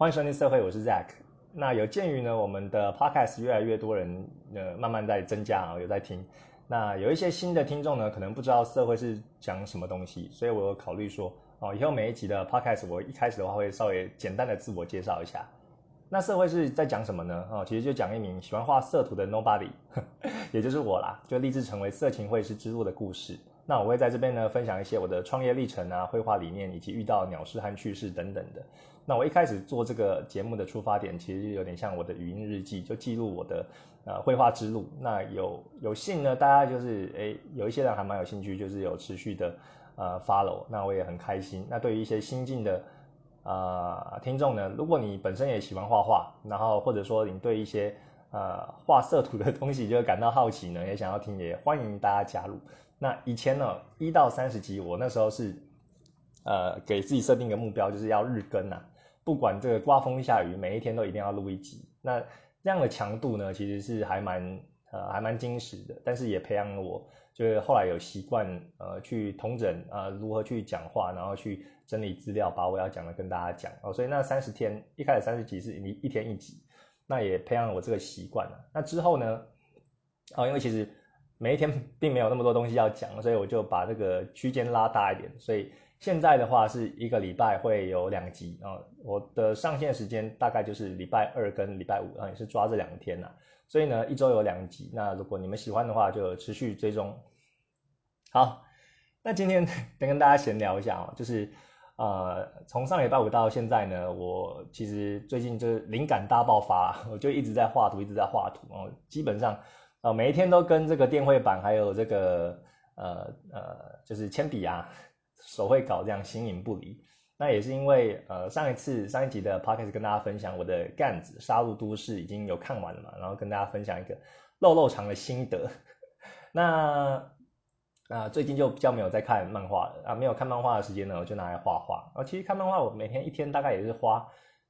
欢迎收听社会，我是 Zack。那有鉴于呢，我们的 Podcast 越来越多人慢慢在增加啊，有在听。那有一些新的听众呢，可能不知道社会是讲什么东西，所以我有考虑说，以后每一集的 Podcast 我一开始的话会稍微简单的自我介绍一下。那社会是在讲什么呢？其实就讲一名喜欢画色图的 Nobody， 也就是我啦，就立志成为色情绘师之路的故事。那我会在这边呢分享一些我的创业历程啊、绘画理念以及遇到鸟事和趣事等等的。那我一开始做这个节目的出发点，其实有点像我的语音日记，就记录我的绘画之路。那有幸呢，大家就是有一些人还蛮有兴趣，就是有持续的follow，那我也很开心。那对于一些新进的听众呢，如果你本身也喜欢画画，然后或者说你对一些画色图的东西就感到好奇呢，也想要听，也欢迎大家加入。那以前呢，1到30集，我那时候是给自己设定一个目标，就是要日更啊，不管这个刮风下雨，每一天都一定要录一集。那这样的强度呢，其实是还蛮精实的，但是也培养了我，就是后来有习惯去统整如何去讲话，然后去整理资料，把我要讲的跟大家讲所以那30天一开始30集是一天一集，那也培养了我这个习惯了。那之后呢因为其实每一天并没有那么多东西要讲，所以我就把这个区间拉大一点，所以现在的话是一个礼拜会有2集我的上线时间大概就是礼拜2跟礼拜5也是抓这2天所以呢1周有2集。那如果你们喜欢的话，就持续追踪。好，那今天跟大家闲聊一下就是从上礼拜5到现在呢，我其实最近就是灵感大爆发，我就一直在画图，基本上每一天都跟这个电绘板还有这个就是铅笔手绘稿这样形影不离。那也是因为上一集的 podcast 跟大家分享我的干子杀戮都市已经有看完了嘛，然后跟大家分享一个肉长的心得。那最近就比较没有在看漫画了没有看漫画的时间呢，我就拿来画画。其实看漫画我每天一天大概也是花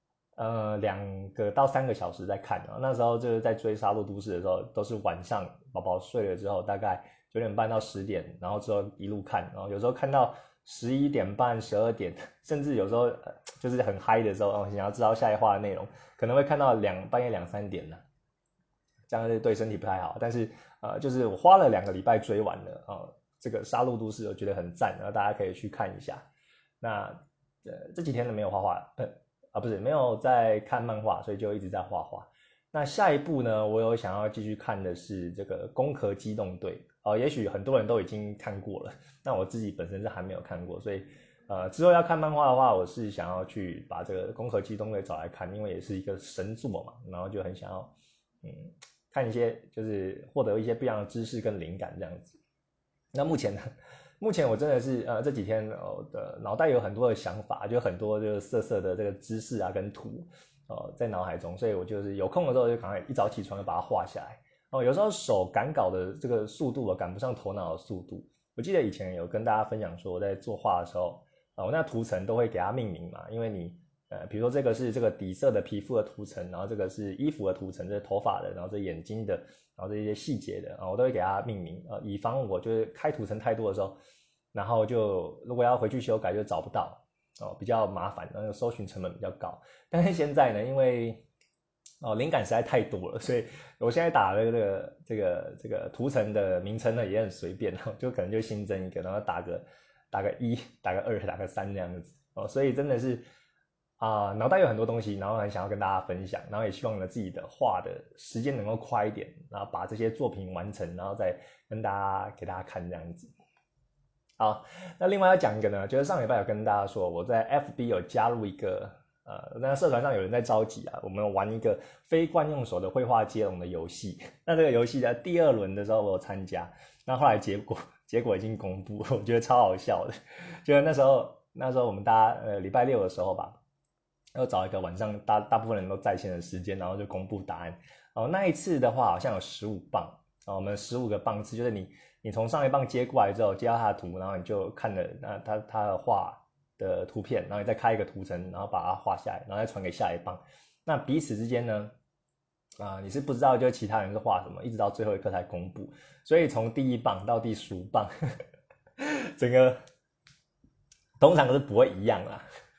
2个到3个小时在看那时候就是在追杀戮都市的时候，都是晚上宝宝睡了之后，大概9点半到10点，然后之后一路看，然后有时候看到11点半、12点，甚至有时候就是很嗨的时候想要知道下一话的内容，可能会看到半夜2、3点这样是对身体不太好。但是就是我花了2个礼拜追完了这个杀戮都市，我觉得很赞，然后大家可以去看一下。那这几天呢没有画画不是没有在看漫画，所以就一直在画画。那下一步呢，我有想要继续看的是这个攻壳机动队也许很多人都已经看过了，那我自己本身是还没有看过，所以之后要看漫画的话，我是想要去把这个攻壳机动队找来看，因为也是一个神作嘛，然后就很想要看一些，就是获得一些不一样的知识跟灵感这样子。那目前我真的是这几天我的脑袋有很多的想法，就很多就是色的这个知识跟图在脑海中，所以我就是有空的时候就赶快一早起床就把它画下来有时候手赶稿的这个速度赶不上头脑的速度。我记得以前有跟大家分享说，我在作画的时候我那图层都会给它命名嘛，因为你比如说这个是这个底色的皮肤的图层，然后这个是衣服的图层，这是头发的，然后这是眼睛的，然后这些细节的我都会给它命名以防我就是开图层太多的时候，然后就如果要回去修改就找不到比较麻烦，那个搜寻成本比较高。但是现在呢，因为灵感实在太多了，所以我现在打的这个图层的名称呢也很随便就可能就新增一个，然后打个1、打个2、打个3这样子所以真的是脑袋有很多东西，然后很想要跟大家分享，然后也希望呢自己的画的时间能够快一点，然后把这些作品完成，然后再给大家看这样子。好，那另外要讲一个呢，就是上礼拜有跟大家说，我在 FB 有加入一个那社团上有人在召集我们玩一个非惯用手的绘画接龙的游戏。那这个游戏在第2轮的时候我有参加，那后来结果已经公布，我觉得超好笑的。就是那时候我们大家礼拜6的时候吧，要找一个晚上大部分人都在线的时间，然后就公布答案那一次的话好像有15棒我们15个棒次，就是你从上一棒接过来之后，接到他的图，然后你就看了他的画的图片，然后你再开一个图层，然后把它画下来，然后再传给下一棒。那彼此之间呢你是不知道就其他人是画什么，一直到最后一刻才公布。所以从第1棒到第15棒整个通常是不会一样啦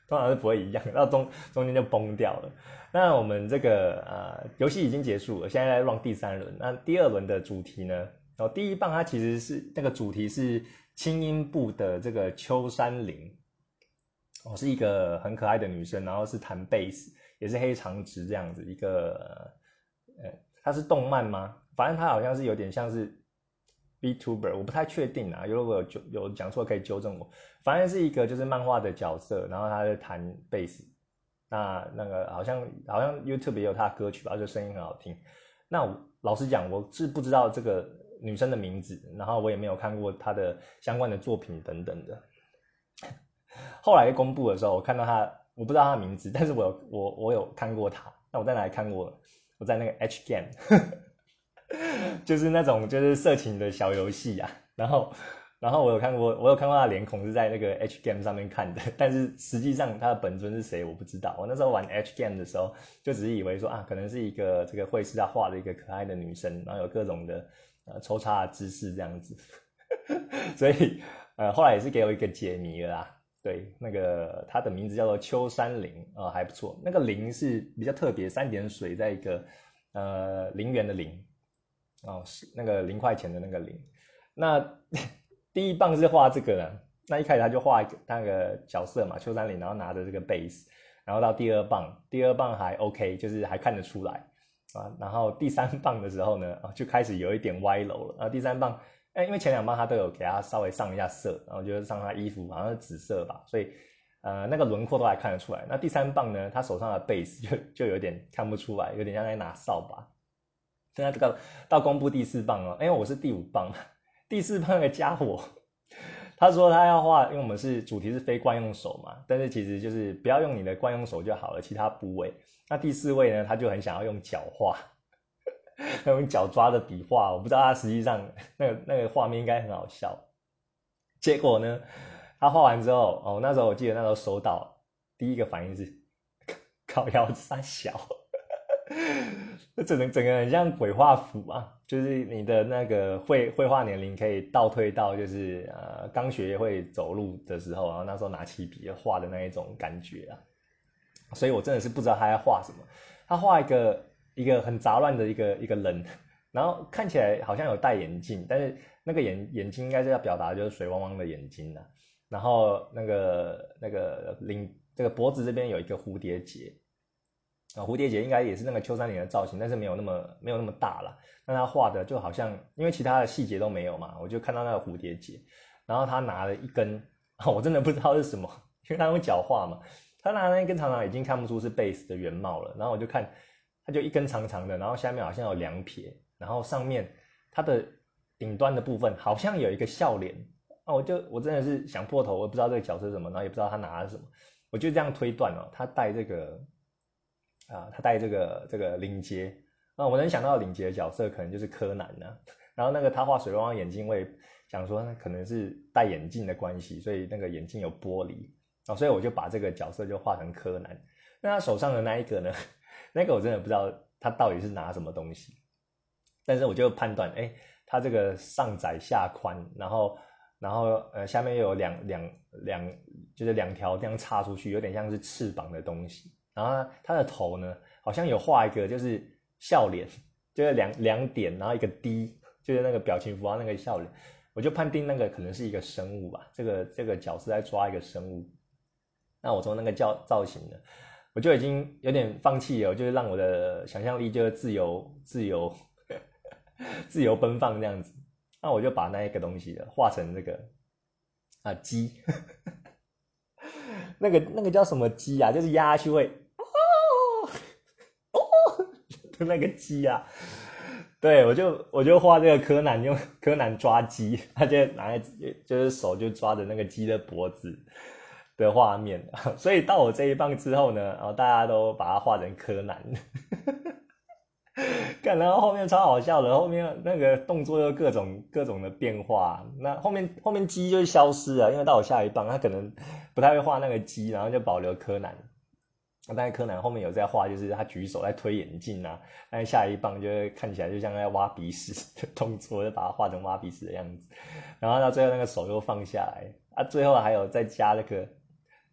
通常是不会一样，到中间就崩掉了。那我们这个游戏已经结束了，现在在 run 第3轮。那第2轮的主题呢？第一棒它其实是那个主题是轻音部的这个秋山绫，是一个很可爱的女生，然后是弹贝斯，也是黑长直这样子一个它是动漫吗？反正它好像是有点像是 VTuber， 我不太确定啊，如果有讲错可以纠正我。反正是一个就是漫画的角色，然后他在弹贝斯，那个好像 YouTube 也有他的歌曲吧，就声音很好听。那老实讲，我是不知道这个女生的名字，然后我也没有看过她的相关的作品等等的。后来公布的时候，我看到她，我不知道她的名字，但是我有看过她。那我在哪里看过呢？我在那个 H Game， 就是那种就是色情的小游戏啊。然后我有看过她的脸孔是在那个 H Game 上面看的，但是实际上她的本尊是谁我不知道。我那时候玩 H Game 的时候，就只是以为说可能是一个这个绘师他画的一个可爱的女生，然后有各种的抽插的姿势这样子。所以后来也是给我一个解谜了啦。对，那个它的名字叫做秋山绫还不错。那个绫是比较特别，3点水在一个陵园的陵是那个0块钱的那个零。那第一棒是画这个啦，那一开始他就画一个那个角色嘛，秋山绫，然后拿着这个贝斯，然后到第二棒还 OK， 就是还看得出来然后第3棒的时候呢就开始有一点歪楼了。然后第3棒因为前2棒他都有给他稍微上一下色，然后就是上他衣服好像是紫色吧，所以那个轮廓都还看得出来。那第3棒呢，他手上的贝斯就有点看不出来，有点像在拿扫把。现在这个到公布第4棒因为我是第5棒，第4棒的家伙，他说他要画，因为我们是主题是非惯用手嘛，但是其实就是不要用你的惯用手就好了，其他部位。那第4位呢，他就很想要用脚画。用脚抓的笔画，我不知道他实际上那个画面应该很好笑。结果呢，他画完之后，那时候我记得那时候收到第一个反应是靠腰三小，整个很像鬼画符啊，就是你的那个绘画年龄可以倒退到就是刚学会走路的时候，然后那时候拿起笔画的那一种感觉啊。所以我真的是不知道他在画什么。他画一个很杂乱的一个人，然后看起来好像有戴眼镜，但是那个眼睛应该是要表达的就是水汪汪的眼睛啊。然后那个这个脖子这边有一个蝴蝶结蝴蝶结应该也是那个秋山绫的造型，但是没有那么大啦。那他画的就好像因为其他的细节都没有嘛，我就看到那个蝴蝶结，然后他拿了一根我真的不知道是什么，因为他用脚画嘛。他拿那一根长长已经看不出是贝斯的原貌了，然后我就看，他就一根长长的，然后下面好像有2撇，然后上面它的顶端的部分好像有一个笑脸我真的是想破头，我不知道这个角色是什么，然后也不知道他拿的是什么，我就这样推断他戴这个他戴这个领结我能想到的领结的角色可能就是柯南然后那个他画水汪汪眼睛，我也想说那可能是戴眼镜的关系，所以那个眼镜有玻璃。所以我就把这个角色就画成柯南。那他手上的那一个呢？那个我真的不知道他到底是拿什么东西，但是我就判断，他这个上窄下宽，然后下面又有就是2条这样插出去，有点像是翅膀的东西。然后他的头呢，好像有画一个就是笑脸，就是两点，然后一个 D， 就是那个表情符号那个笑脸。我就判定那个可能是一个生物吧，这个角色在抓一个生物。那我从那个造型呢，我就已经有点放弃了，就是让我的想象力就是自由奔放这样子。那我就把那一个东西画成这个鸡，那个叫什么鸡啊？就是压下去会的那个鸡啊。对，我就画这个柯南，用柯南抓鸡，他就就是手就抓着那个鸡的脖子的画面。所以到我这一棒之后呢，然后大家都把它画成柯南。然后后面超好笑的，后面那个动作又各种的变化。那后面鸡就消失了，因为到我下一棒他可能不太会画那个鸡，然后就保留柯南。但是柯南后面有在画，就是他举手在推眼镜啊，但是下一棒就会看起来就像在挖鼻屎的动作，就把它画成挖鼻屎的样子。然后到最后那个手又放下来最后还有再加那个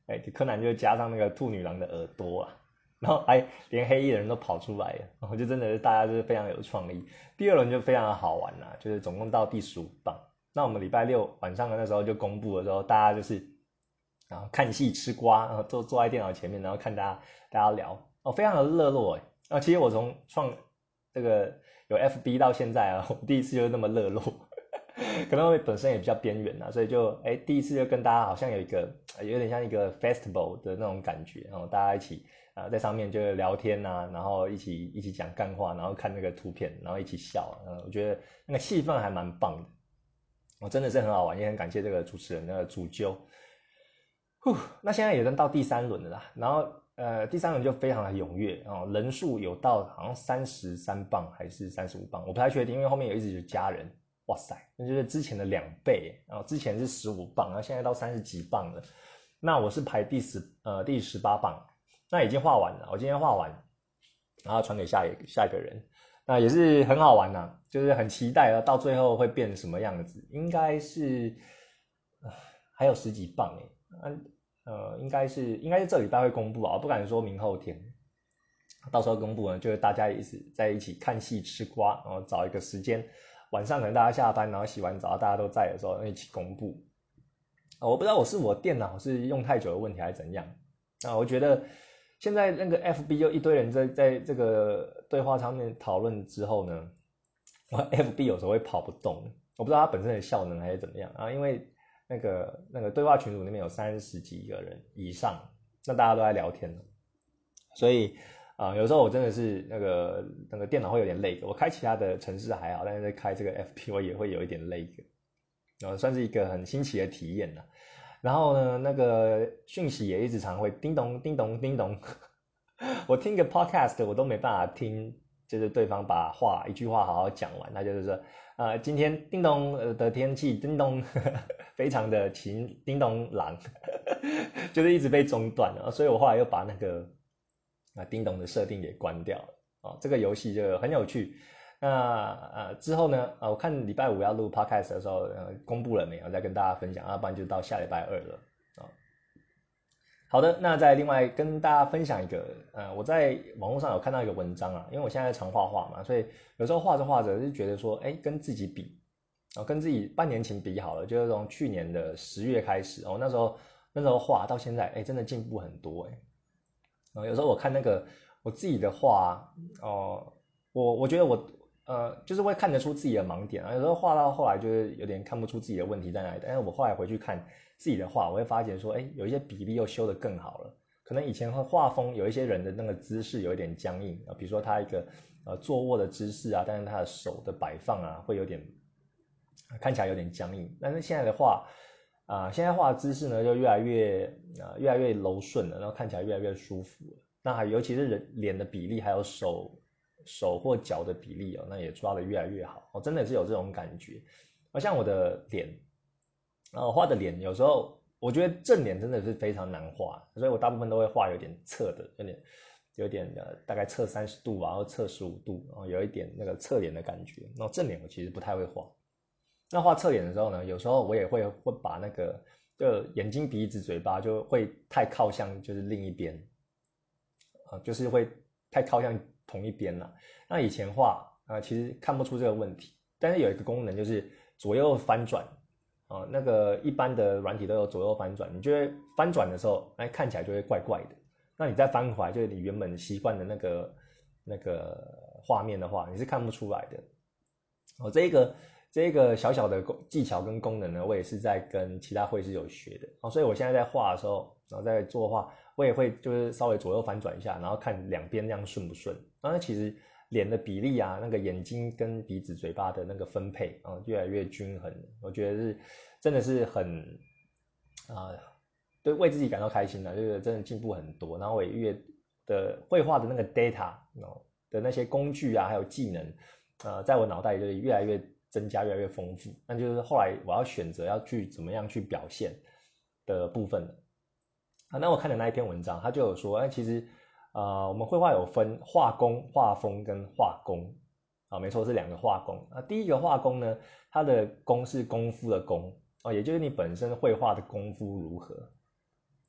柯南就加上那个兔女郎的耳朵啊，然后还连黑衣人都跑出来了，然后就真的是大家就是非常有创意。第二轮就非常的好玩啦，就是总共到第15棒。那我们礼拜六晚上的那时候就公布的时候，大家就是然后看戏吃瓜，然后坐在电脑前面，然后看大家聊，非常的热络其实我从创这个有 FB 到现在啊，我第一次就是那么热络。可能我本身也比较边缘啊，所以就第一次就跟大家好像有点像一个 festival 的那种感觉，然后大家一起在上面就聊天啊，然后一起讲干话，然后看那个图片，然后一起笑，我觉得那个气氛还蛮棒的，真的是很好玩，也很感谢这个主持人的主揪。那现在也到第3轮了啦，然后第3轮就非常的踊跃人数有到好像33棒还是35棒，我不太确定，因为后面一直有加人。哇塞，那就是之前的2倍，然后之前是15磅，然后现在到30几磅了。那我是排第18磅，那已经画完了，我今天画完，然后传给下一个人，那也是很好玩呐，就是很期待到最后会变什么样子，应该是还有10几磅应该是这礼拜会公布啊，不敢说明后天。到时候公布呢，就是大家也是在一起看戏吃瓜，然后找一个时间。晚上可能大家下班，然后洗完澡，大家都在的时候一起公布。我不知道我电脑是用太久的问题还是怎样。我觉得现在那个 FB 就一堆人在这个对话上面讨论之后呢，我 FB 有时候会跑不动，我不知道它本身的效能还是怎么样因为那个对话群组那边有30几个人以上，那大家都在聊天，所以有时候我真的是那个电脑会有点累，我开其他的程式还好，但是在开这个 FB 我也会有一点累，算是一个很新奇的体验啦。然后呢，那个讯息也一直常会叮咚叮咚叮咚，我听个 podcast 我都没办法听，就是对方把一句话好好讲完，那就是说今天叮咚的天气叮咚非常的晴，叮咚狼，就是一直被中断了，所以我后来又把那个叮咚的设定给关掉了这个游戏就很有趣。那之后呢我看礼拜5要录 podcast 的时候公布了没有，再跟大家分享，要不然就到下礼拜2了好的，那再另外跟大家分享一个我在网络上有看到一个文章因为我现在常画画嘛，所以有时候画着画着就觉得说跟自己比跟自己半年前比好了，就是从去年的10月开始那时候画到现在真的进步很多有时候我看那个我自己的画我觉得我就是会看得出自己的盲点有时候画到后来就是有点看不出自己的问题在哪里，但是我后来回去看自己的画，我会发现说有一些比例又修得更好了，可能以前画风有一些人的那个姿势有一点僵硬比如说他一个坐卧的姿势但是他的手的摆放会有点看起来有点僵硬，但是现在的画现在画的姿势呢就越来越柔顺了，然后看起来越来越舒服了，那尤其是脸的比例还有手或脚的比例那也抓得越来越好真的是有这种感觉像我的脸画的脸有时候我觉得正脸真的是非常难画，所以我大部分都会画有点侧的，有点大概侧30度然后侧15度有一点那个侧脸的感觉，然后正脸我其实不太会画。那画侧脸的时候呢，有时候我也会把那个就眼睛鼻子嘴巴就会太靠向就是另一边就是会太靠向同一边了。那以前画其实看不出这个问题，但是有一个功能就是左右翻转那个一般的软体都有左右翻转，你觉得翻转的时候看起来就会怪怪的，那你再翻回来就是你原本习惯的那个画面的话你是看不出来的这个小小的技巧跟功能呢，我也是在跟其他绘师有学的所以我现在在画的时候，然后在做画，我也会就是稍微左右翻转一下，然后看两边这样顺不顺。那其实脸的比例那个眼睛跟鼻子、嘴巴的那个分配越来越均衡，我觉得是真的是很对，为自己感到开心的，就是真的进步很多。然后我也的绘画的那个 data 的那些工具还有技能在我脑袋里就是越来越增加，越来越丰富。那就是后来我要选择要去怎么样去表现的部分了那我看的那一篇文章，他就有说其实我们绘画有分画工、画风跟画工没错，是2个画工第一个画工呢，它的工是功夫的功也就是你本身绘画的功夫如何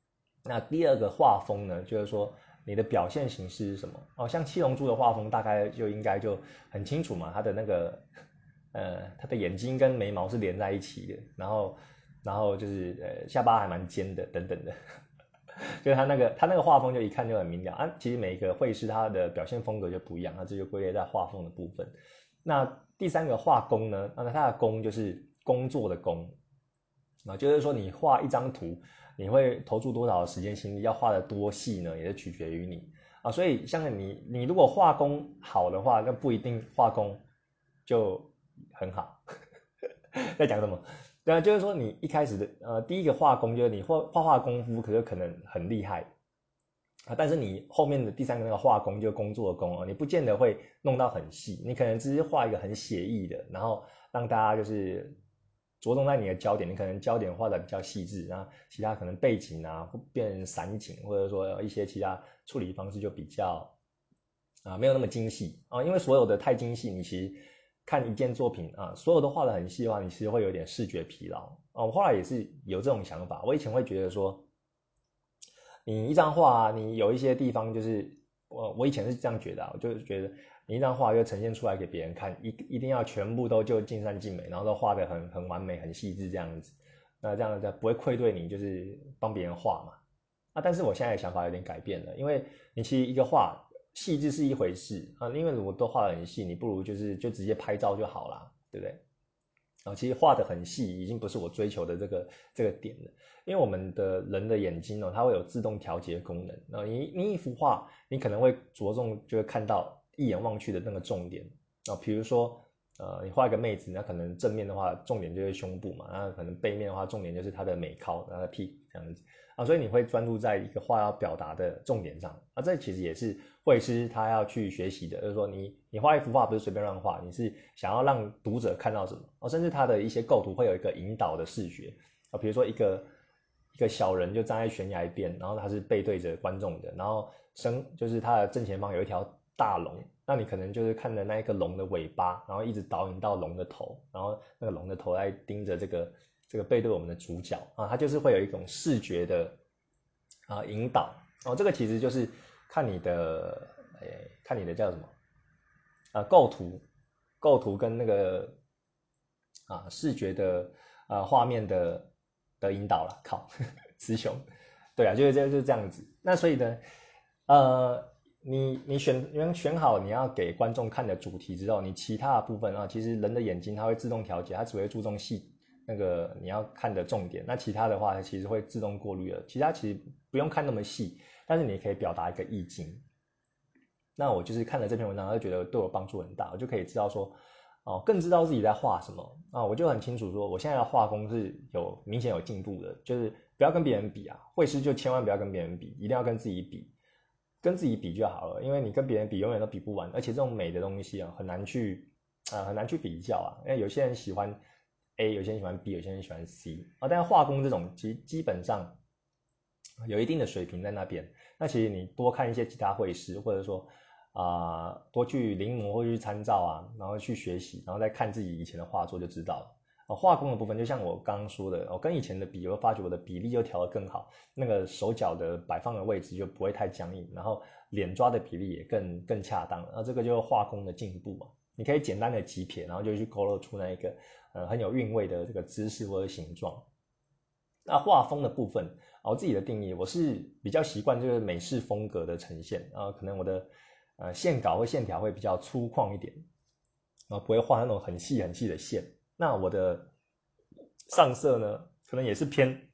那第二个画风呢，就是说你的表现形式是什么？哦，像七龙珠的画风大概就应该就很清楚嘛，他的那个他的眼睛跟眉毛是连在一起的，然后就是下巴还蛮尖的等等的，就是他那个画风就一看就很明了啊。其实每一个绘师他的表现风格就不一样，那这就归类在画风的部分。那第三个画工呢，那他的工就是工作的工啊，就是说你画一张图，你会投注多少的时间心力，要画的多细呢，也是取决于你啊。所以像你如果画工好的话，那不一定画工就很好。在讲什么？对啊，就是说你一开始的第一个画工就是你画功夫，可能很厉害啊，但是你后面的第三个那个画工就工作的工啊，你不见得会弄到很细，你可能只是画一个很写意的，然后让大家就是着重在你的焦点，你可能焦点画的比较细致，然后其他可能背景啊会变成散景，或者说一些其他处理方式就比较没有那么精细啊，因为所有的太精细，你其实看一件作品啊，所有都画的很细的话，你其实会有点视觉疲劳啊。我后来也是有这种想法，我以前会觉得说，你一张画，你有一些地方就是我以前是这样觉得，我就是觉得你一张画就呈现出来给别人看，一定要全部都就尽善尽美，然后都画的很完美、很细致这样子，那这样子不会愧对你就是帮别人画嘛。啊，但是我现在的想法有点改变了，因为你其实一个画细致是一回事啊，因为如果都画得很细，你不如就直接拍照就好啦，对不对？啊，其实画得很细已经不是我追求的这个点了，因为我们的人的眼睛哦，它会有自动调节功能。那你一幅画，你可能会着重就会看到一眼望去的那个重点啊，比如说你画一个妹子，那可能正面的话重点就是胸部嘛，那可能背面的话重点就是她的美尻，她的屁股这样子啊，所以你会专注在一个画要表达的重点上啊，这其实也是绘师他要去学习的，就是说你画一幅画不是随便乱画，你是想要让读者看到什么哦，甚至他的一些构图会有一个引导的视觉啊，比如说一个小人就站在悬崖边，然后他是背对着观众的，然后就是他的正前方有一条大龙，那你可能就是看着那一个龙的尾巴，然后一直导引到龙的头，然后那个龙的头在盯着这个背对我们的主角啊，它就是会有一种视觉的引导哦，这个其实就是看你的看你的叫什么构图跟那个视觉的画面的引导了，靠，雌雄，对啊，就是这样子。那所以呢，你选好你要给观众看的主题之后，你其他的部分啊，其实人的眼睛它会自动调节，它只会注重那个你要看的重点，那其他的话其实会自动过滤了，其他其实不用看那么细，但是你可以表达一个意境。那我就是看了这篇文章，就觉得对我帮助很大，我就可以知道说，哦，更知道自己在画什么啊，我就很清楚说，我现在的画工是明显有进步的，就是不要跟别人比啊，绘师就千万不要跟别人比，一定要跟自己比，跟自己比就好了，因为你跟别人比永远都比不完，而且这种美的东西啊，很难去比较啊，因为有些人喜欢 A，有些人喜欢 B，有些人喜欢 C 啊，但是画工这种其实基本上有一定的水平在那边，那其实你多看一些其他绘师，或者说多去临摹或去参照啊，然后去学习，然后再看自己以前的画作就知道了。画工的部分就像我刚刚说的，我跟以前的比，我发觉我的比例就调得更好，那个手脚的摆放的位置就不会太僵硬，然后脸抓的比例也更恰当了。那这个就是画工的进步嘛。你可以简单的几撇，然后就去勾勒出那一个很有韵味的这个姿势或者形状。那画风的部分，我自己的定义，我是比较习惯就是美式风格的呈现，可能我的线稿或线条会比较粗犷一点，不会画那种很细很细的线。那我的上色呢，可能也是偏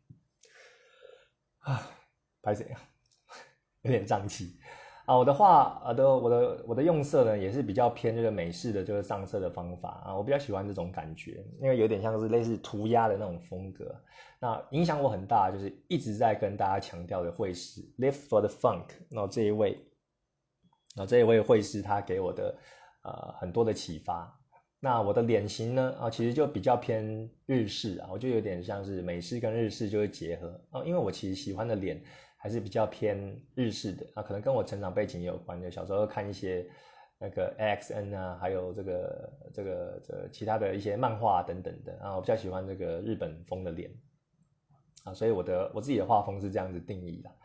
拍谁啊，有点胀气啊。我的画我的用色呢，也是比较偏这个美式的就是上色的方法啊，我比较喜欢这种感觉，因为有点像是类似涂鸦的那种风格。那影响我很大，就是一直在跟大家强调的绘师 Live for the Funk， 然后这一位绘师他给我的很多的启发。那我的脸型呢其实就比较偏日式啊，我就有点像是美式跟日式就会结合啊，因为我其实喜欢的脸还是比较偏日式的啊，可能跟我成长背景也有关，就小时候看一些那个 AXN 啊，还有这个其他的一些漫画等等的啊，我比较喜欢这个日本风的脸啊，所以我自己的画风是这样子定义的。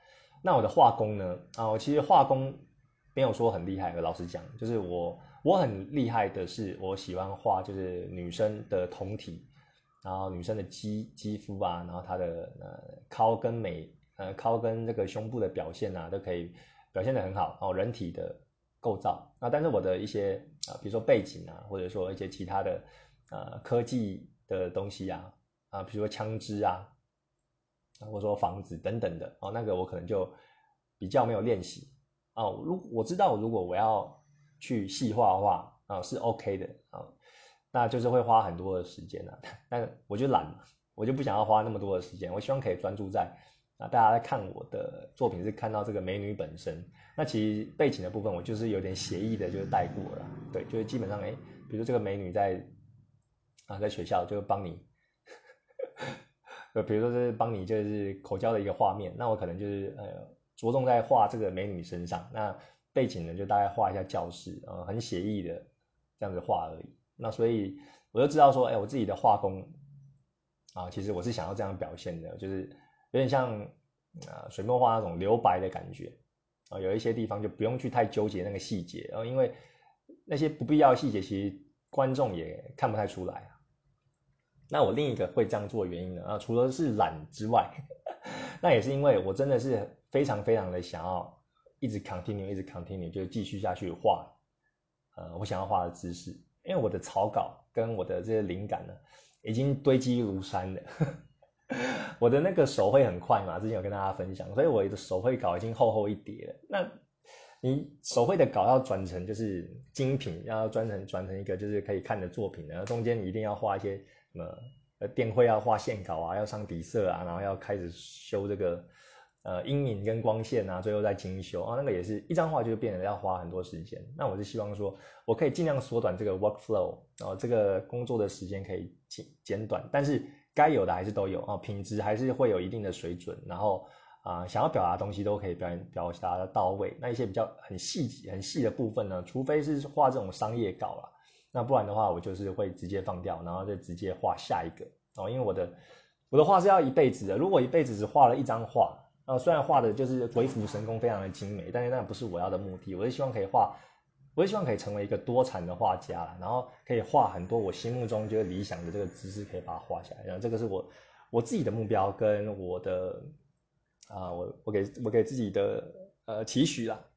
那我的画工呢？我其实画工没有说很厉害，老实讲，就是我很厉害的是，我喜欢画就是女生的胴体，然后女生的肌肤啊，然后她的尻跟尻跟这个胸部的表现啊，都可以表现得很好。然后人体的构造但是我的一些比如说背景啊，或者说一些其他的科技的东西啊比如说枪支啊，或者说房子等等的那个我可能就比较没有练习我知道如果我要去细化的话是 OK 的那就是会花很多的时间但我就懒嘛，我就不想要花那么多的时间，我希望可以专注在大家在看我的作品是看到这个美女本身。那其实背景的部分我就是有点写意的，就是带过了，对，就是基本上比如这个美女在学校就帮你比如说是帮你就是口交的一个画面，那我可能就是着重在画这个美女身上，那背景呢就大概画一下教室很写意的这样子画而已。那所以我就知道说我自己的画工其实我是想要这样表现的，就是有点像水墨画那种留白的感觉有一些地方就不用去太纠结那个细节因为那些不必要的细节其实观众也看不太出来那我另一个会这样做的原因呢除了是懒之外那也是因为我真的是非常非常的想要一直 continue 就是继续下去画我想要画的姿势，因为我的草稿跟我的这些灵感呢已经堆积如山了我的那个手绘很快嘛，之前有跟大家分享，所以我的手绘稿已经厚厚一叠了。那你手绘的稿要转成就是精品，要转成一个就是可以看的作品，然后中间你一定要画一些什么电绘要画线稿啊，要上底色啊，然后要开始修这个阴影跟光线啊，最后再精修那个也是一张画就变得要花很多时间。那我是希望说我可以尽量缩短这个 workflow，这个工作的时间可以减短，但是该有的还是都有品质还是会有一定的水准，然后想要表达的东西都可以表达的到位。那一些比较很细的部分呢，除非是画这种商业稿啦，那不然的话我就是会直接放掉，然后就直接画下一个因为我的画是要一辈子的，如果一辈子只画了一张画虽然画的就是鬼斧神工非常的精美，但是那不是我要的目的。我是希望可以成为一个多产的画家啦，然后可以画很多我心目中觉得理想的这个姿势，可以把它画下来。然后这个是我自己的目标跟我的我给自己的期许啦。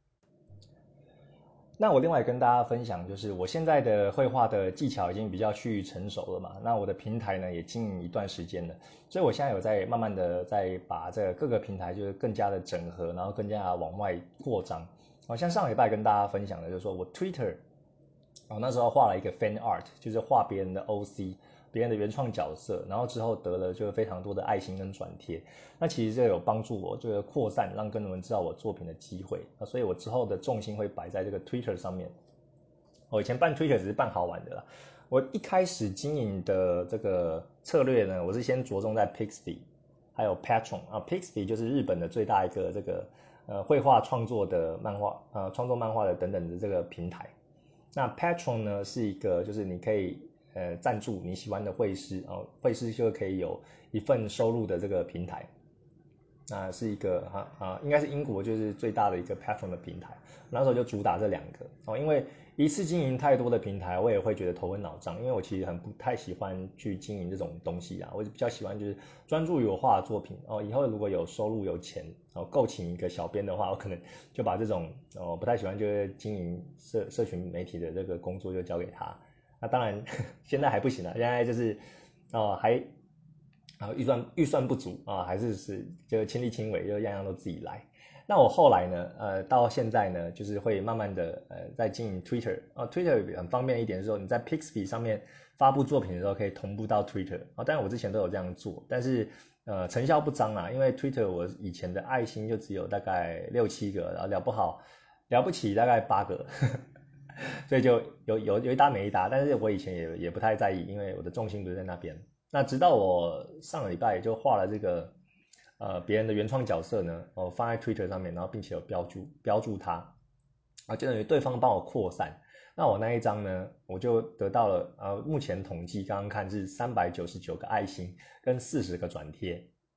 那我另外跟大家分享，就是我现在的绘画的技巧已经比较趋于成熟了嘛。那我的平台呢也经营一段时间了，所以我现在有在慢慢的在把这个各个平台就是更加的整合，然后更加的往外扩张。像上礼拜跟大家分享的，就是说我 Twitter 那时候画了一个 fan art， 就是画别人的 OC， 别人的原创角色，然后之后得了就非常多的爱心跟转贴。那其实这有帮助我就是扩散，让更多人知道我作品的机会所以我之后的重心会摆在这个 Twitter 上面。我以前办 Twitter 只是办好玩的啦。我一开始经营的这个策略呢，我是先着重在 Pixby 还有 Patreon Pixby 就是日本的最大一个这个绘画创作的漫画创作漫画的等等的这个平台。那 Patreon 呢是一个就是你可以赞助你喜欢的绘师绘师就可以有一份收入的这个平台。那是一个应该是英国就是最大的一个 Patreon 的平台，那时候就主打这两个因为一次经营太多的平台，我也会觉得头昏脑胀，因为我其实很不太喜欢去经营这种东西我比较喜欢就是专注于我画的作品以后如果有收入有钱够请一个小编的话，我可能就把这种不太喜欢就是经营社群媒体的这个工作就交给他。那当然现在还不行了，现在就是还预算不足还是就亲力亲为，就样样都自己来。那我后来呢，到现在呢，就是会慢慢的在经营 Twitter 很方便一点是说你在 Pixby 上面发布作品的时候可以同步到 Twitter 当然我之前都有这样做，但是成效不彰啦，因为 Twitter 我以前的爱心就只有大概6-7个，然后了不起大概8个所以就有一搭没一搭，但是我以前也不太在意，因为我的重心不是在那边。那直到我上个礼拜就画了这个别人的原创角色呢放在 Twitter 上面，然后并且有标注它就等于对方帮我扩散。那我那一张呢，我就得到了目前统计刚刚看是399个爱心跟40个转贴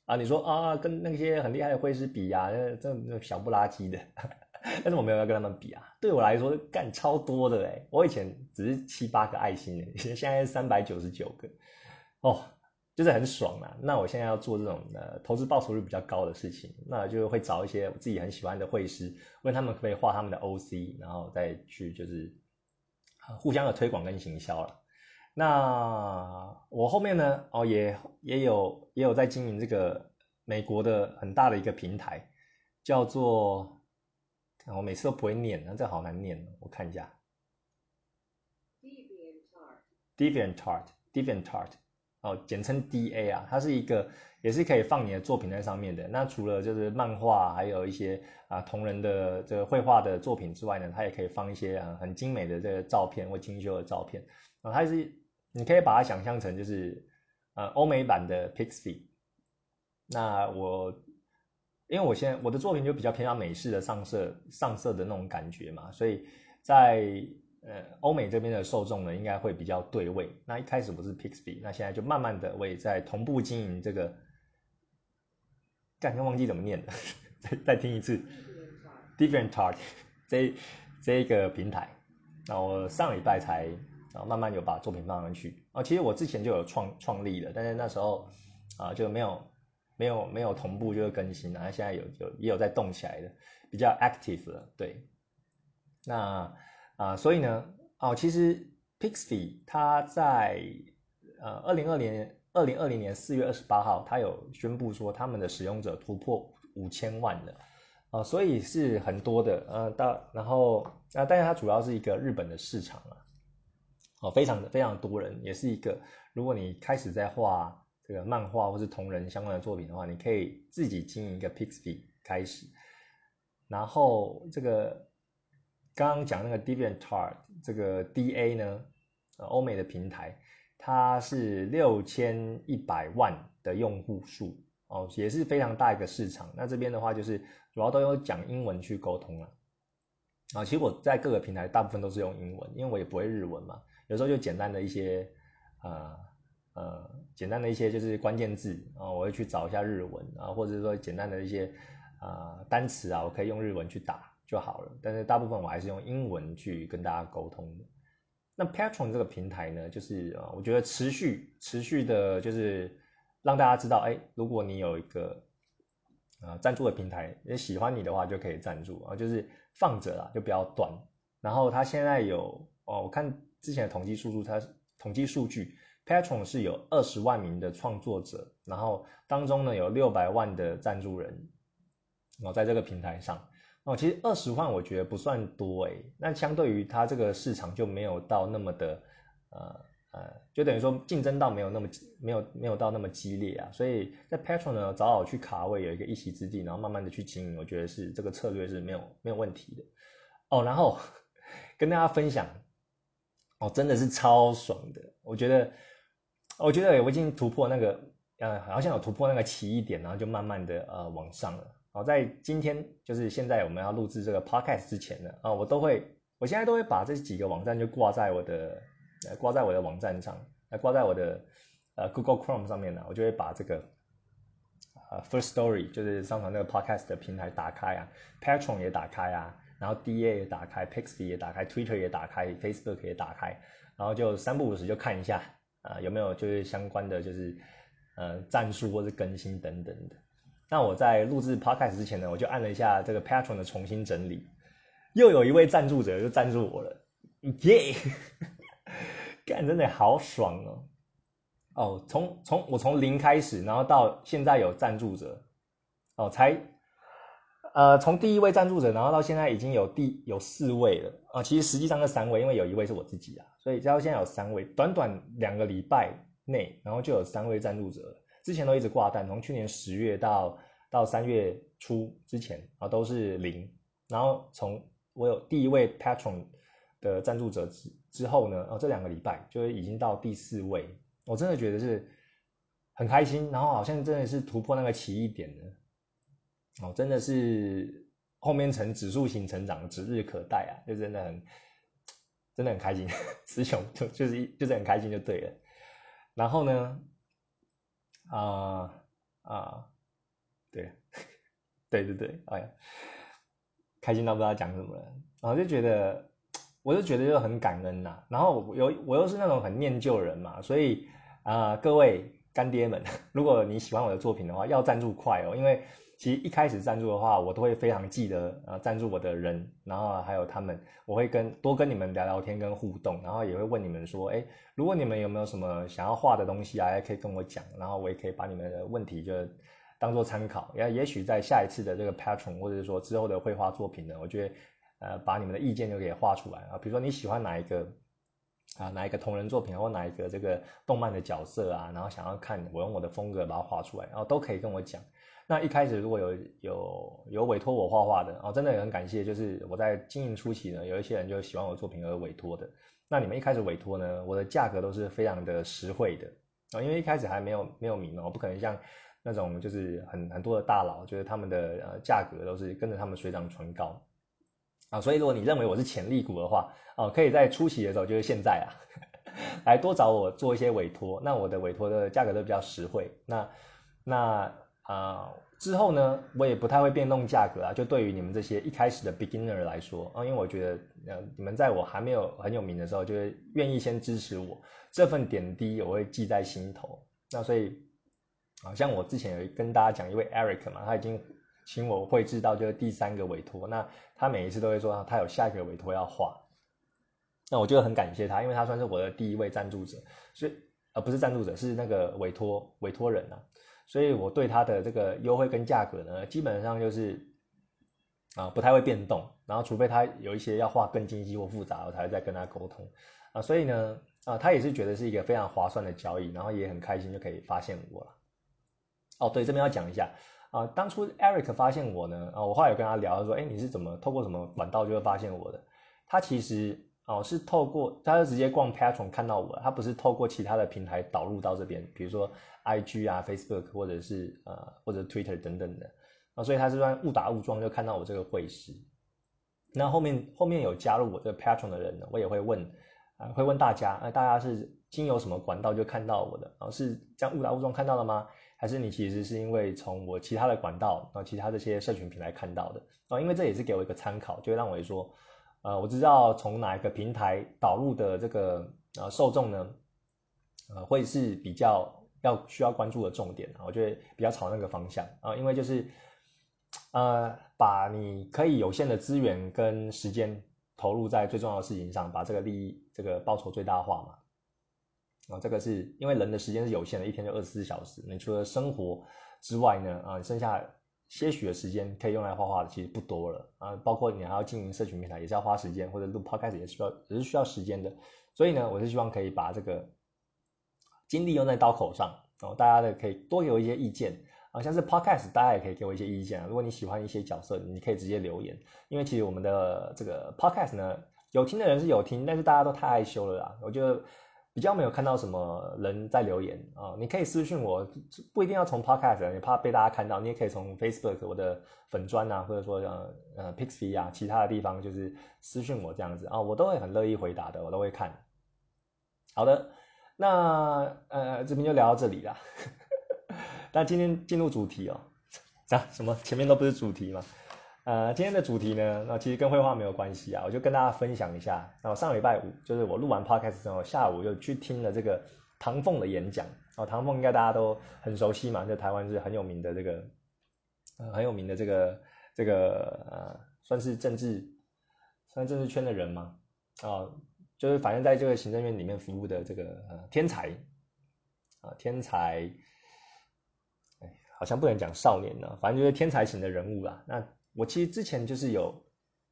啊，你说啊，跟那些很厉害的绘师比啊，这小不拉几的，但是我没有要跟他们比啊。对我来说，干超多的哎，我以前只是7、8个爱心的，现在是399个，哦，就是很爽啊。那我现在要做这种投资报酬率比较高的事情，那就会找一些我自己很喜欢的绘师，问他们可不可以画他们的 OC，然后再去就是互相的推广跟行销了。那我后面呢，也有在经营这个美国的很大的一个平台，叫做我每次都不会念，这好难念，我看一下 DeviantArt，哦，简称 DA 啊，它是一个也是可以放你的作品在上面的。那除了就是漫画，还有一些同人的这个绘画的作品之外呢，它也可以放一些很精美的这个照片或精修的照片。它是你可以把它想象成就是欧美版的 Pixby。那因为我的作品就比较偏向美式的上色的那种感觉嘛，所以在欧美这边的受众呢，应该会比较对位。那一开始我是 Pixby， 那现在就慢慢的我也在同步经营这个，干忘记怎么念了，再听一次 DeviantArt 这一个平台。那我上礼拜才慢慢有把作品放上去其实我之前就有创立了，但是那时候就没有同步就是更新，然后现在也有在动起来的，比较 active 了。对，那所以呢其实 Pixby 它在2020年4月28号，它有宣布说他们的使用者突破5000万了所以是很多的然后但是它主要是一个日本的市场非常多人，也是一个如果你开始在画这个漫画或是同人相关的作品的话，你可以自己经营一个 Pixby 开始，然后这个刚刚讲那个 DeviantArt 这个 DA 呢，欧美的平台，它是6100万的用户数也是非常大一个市场。那这边的话就是主要都有讲英文去沟通了其实我在各个平台大部分都是用英文，因为我也不会日文嘛，有时候就简单的一些简单的一些就是关键字我会去找一下日文或者是说简单的一些单词我可以用日文去打就好了。但是大部分我还是用英文去跟大家沟通的。那 Patreon 这个平台呢，就是我觉得持续的，就是让大家知道，如果你有一个赞助的平台，也喜欢你的话，就可以赞助就是放着啦，就不要断。然后它现在有我看之前的统计数据 Patreon 是有20万名的创作者，然后当中呢有600万的赞助人在这个平台上其实20万我觉得不算多那相对于它这个市场就没有到那么的就等于说竞争到没有到那么激烈所以在 Patreon 呢早早去卡位有一个一席之地，然后慢慢的去经营，我觉得是这个策略是没有问题的然后跟大家分享真的是超爽的，我觉得我已经突破那个好像有突破那个奇异点，然后就慢慢的往上了在今天就是现在我们要录制这个 podcast 之前呢我现在都会把这几个网站就挂在我的网站上，挂在我的Google Chrome 上面我就会把这个First Story 就是上传那个 podcast 的平台打开Patreon 也打开然后 DA 也打开 Pixby 也打开 Twitter 也打开 Facebook 也打开，然后就3不5时就看一下有没有就是相关的就是战术或是更新等等的。那我在录制 podcast 之前呢，我就按了一下这个 Patreon 的重新整理，又有一位赞助者就赞助我了，耶！干真的好爽我从0开始，然后到现在有赞助者从第1位赞助者，然后到现在已经有4位了其实实际上是3位，因为有1位是我自己所以到现在有3位，短短2个礼拜内，然后就有3位赞助者了。之前都一直挂单，从去年10月到3月初之前都是0，然后从我有第1位 Patreon 的赞助者之后呢这2个礼拜就已经到第4位，我真的觉得是很开心，然后好像真的是突破那个奇异点了真的是后面呈指数型成长，指日可待就真的很开心，词穷就是很开心就对了。然后呢对，对对对，哎呀，开心到不知道讲什么了，然后就觉得，我就觉得就很感恩呐、然后我又是那种很念旧的人嘛，所以各位干爹们，如果你喜欢我的作品的话，要赞助快哦，因为其实一开始赞助的话，我都会非常记得赞助我的人，然后还有他们，我会多跟你们聊聊天跟互动，然后也会问你们说，哎，如果你们有没有什么想要画的东西啊，也可以跟我讲，然后我也可以把你们的问题就当做参考，也许在下一次的这个 Patron 或者是说之后的绘画作品呢，我觉得把你们的意见就给画出来啊，比如说你喜欢哪一个同人作品或哪一个这个动漫的角色啊，然后想要看我用我的风格把它画出来，然后都可以跟我讲。那一开始如果有委托我画画的，真的也很感谢，就是我在经营初期呢，有一些人就喜欢我的作品而委托的。那你们一开始委托呢，我的价格都是非常的实惠的因为一开始还没有名嘛，我不可能像那种就是很多的大佬，就是他们的价格都是跟着他们水涨船高所以如果你认为我是潜力股的话可以在初期的时候，就是现在来多找我做一些委托，那我的委托的价格都比较实惠。那之后呢，我也不太会变动价格就对于你们这些一开始的 beginner 来说因为我觉得你们在我还没有很有名的时候，就会愿意先支持我，这份点滴我会记在心头。那所以像我之前有跟大家讲一位 Eric 嘛，他已经请我绘制到就是第3个委托，那他每一次都会说他有下一个委托要画，那我就很感谢他，因为他算是我的第1位赞助者，所以不是赞助者，是那个委托人所以我对他的这个优惠跟价格呢，基本上就是不太会变动，然后除非他有一些要画更精细或复杂，我才会再跟他沟通所以呢他也是觉得是一个非常划算的交易，然后也很开心就可以发现我了。对，这边要讲一下当初 Eric 发现我呢我后来有跟他聊，他说你是怎么透过什么管道就会发现我的？他其实是透过他就直接逛 Patreon 看到我，他不是透过其他的平台导入到这边，比如说 IG Facebook 或者是或者 Twitter 等等的所以他是算误打误撞就看到我这个绘师。那后面有加入我这个 Patreon 的人呢，我也会问大家大家是经由什么管道就看到我的是这样误打误撞看到的吗？还是你其实是因为从我其他的管道其他这些社群平台看到的因为这也是给我一个参考，就会让我说我知道从哪一个平台导入的这个受众呢会是比较需要关注的重点我觉得比较朝那个方向因为就是把你可以有限的资源跟时间投入在最重要的事情上，把这个利益这个报酬最大化嘛这个是因为人的时间是有限的，一天就24小时，你除了生活之外呢剩下些许的时间可以用来画画的其实不多了包括你还要经营社群平台也是要花时间，或者录 podcast 也是需要时间的，所以呢我是希望可以把这个精力用在刀口上大家可以多给我一些意见像是 podcast 大家也可以给我一些意见如果你喜欢一些角色，你可以直接留言，因为其实我们的这个 podcast 呢，有听的人是有听，但是大家都太害羞了啦，我觉得比较没有看到什么人在留言你可以私讯我，不一定要从 podcast 你怕被大家看到，你也可以从 Facebook 我的粉专或者说Pixie 其他的地方就是私讯我这样子我都会很乐意回答的，我都会看。好的，那这边就聊到这里啦。那今天进入主题什么前面都不是主题嘛？今天的主题呢，其实跟绘画没有关系我就跟大家分享一下。我上礼拜五就是我录完 podcast 之后，下午又去听了这个唐凤的演讲唐凤应该大家都很熟悉嘛，在台湾是很有名的这个很有名的这个算是政治圈的人嘛就是反正在这个行政院里面服务的这个天才天才。好像不能讲少年反正就是天才型的人物啦。那我其实之前就是有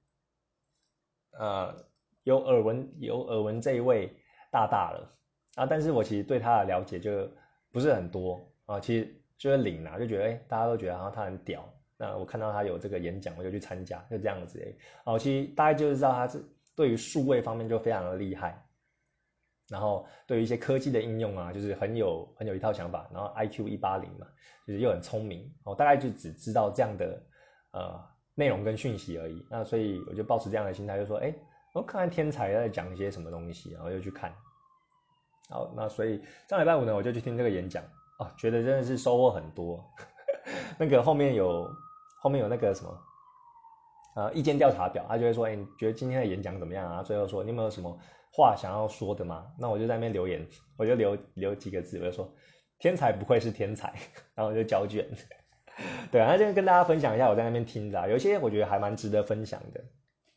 耳闻这一位大大了但是我其实对他的了解就不是很多其实就是零就觉得大家都觉得他很屌。那我看到他有这个演讲，我就去参加，就这样子其实大概就是知道他是对于数位方面就非常的厉害。然后对于一些科技的应用就是很有一套想法，然后 IQ180嘛，就是又很聪明大概就只知道这样的内容跟讯息而已。那所以我就抱持这样的心态，就说我看看天才在讲一些什么东西，然后就去看。好，那所以上礼拜五呢，我就去听这个演讲觉得真的是收获很多。 那个后面有那个什么意见调查表，他就会说，你觉得今天的演讲怎么样啊？最后说你有没有什么话想要说的吗？那我就在那边留言，我就留几个字，我就说天才不愧是天才，然后我就交卷。对啊，那就跟大家分享一下我在那边听的有一些我觉得还蛮值得分享的。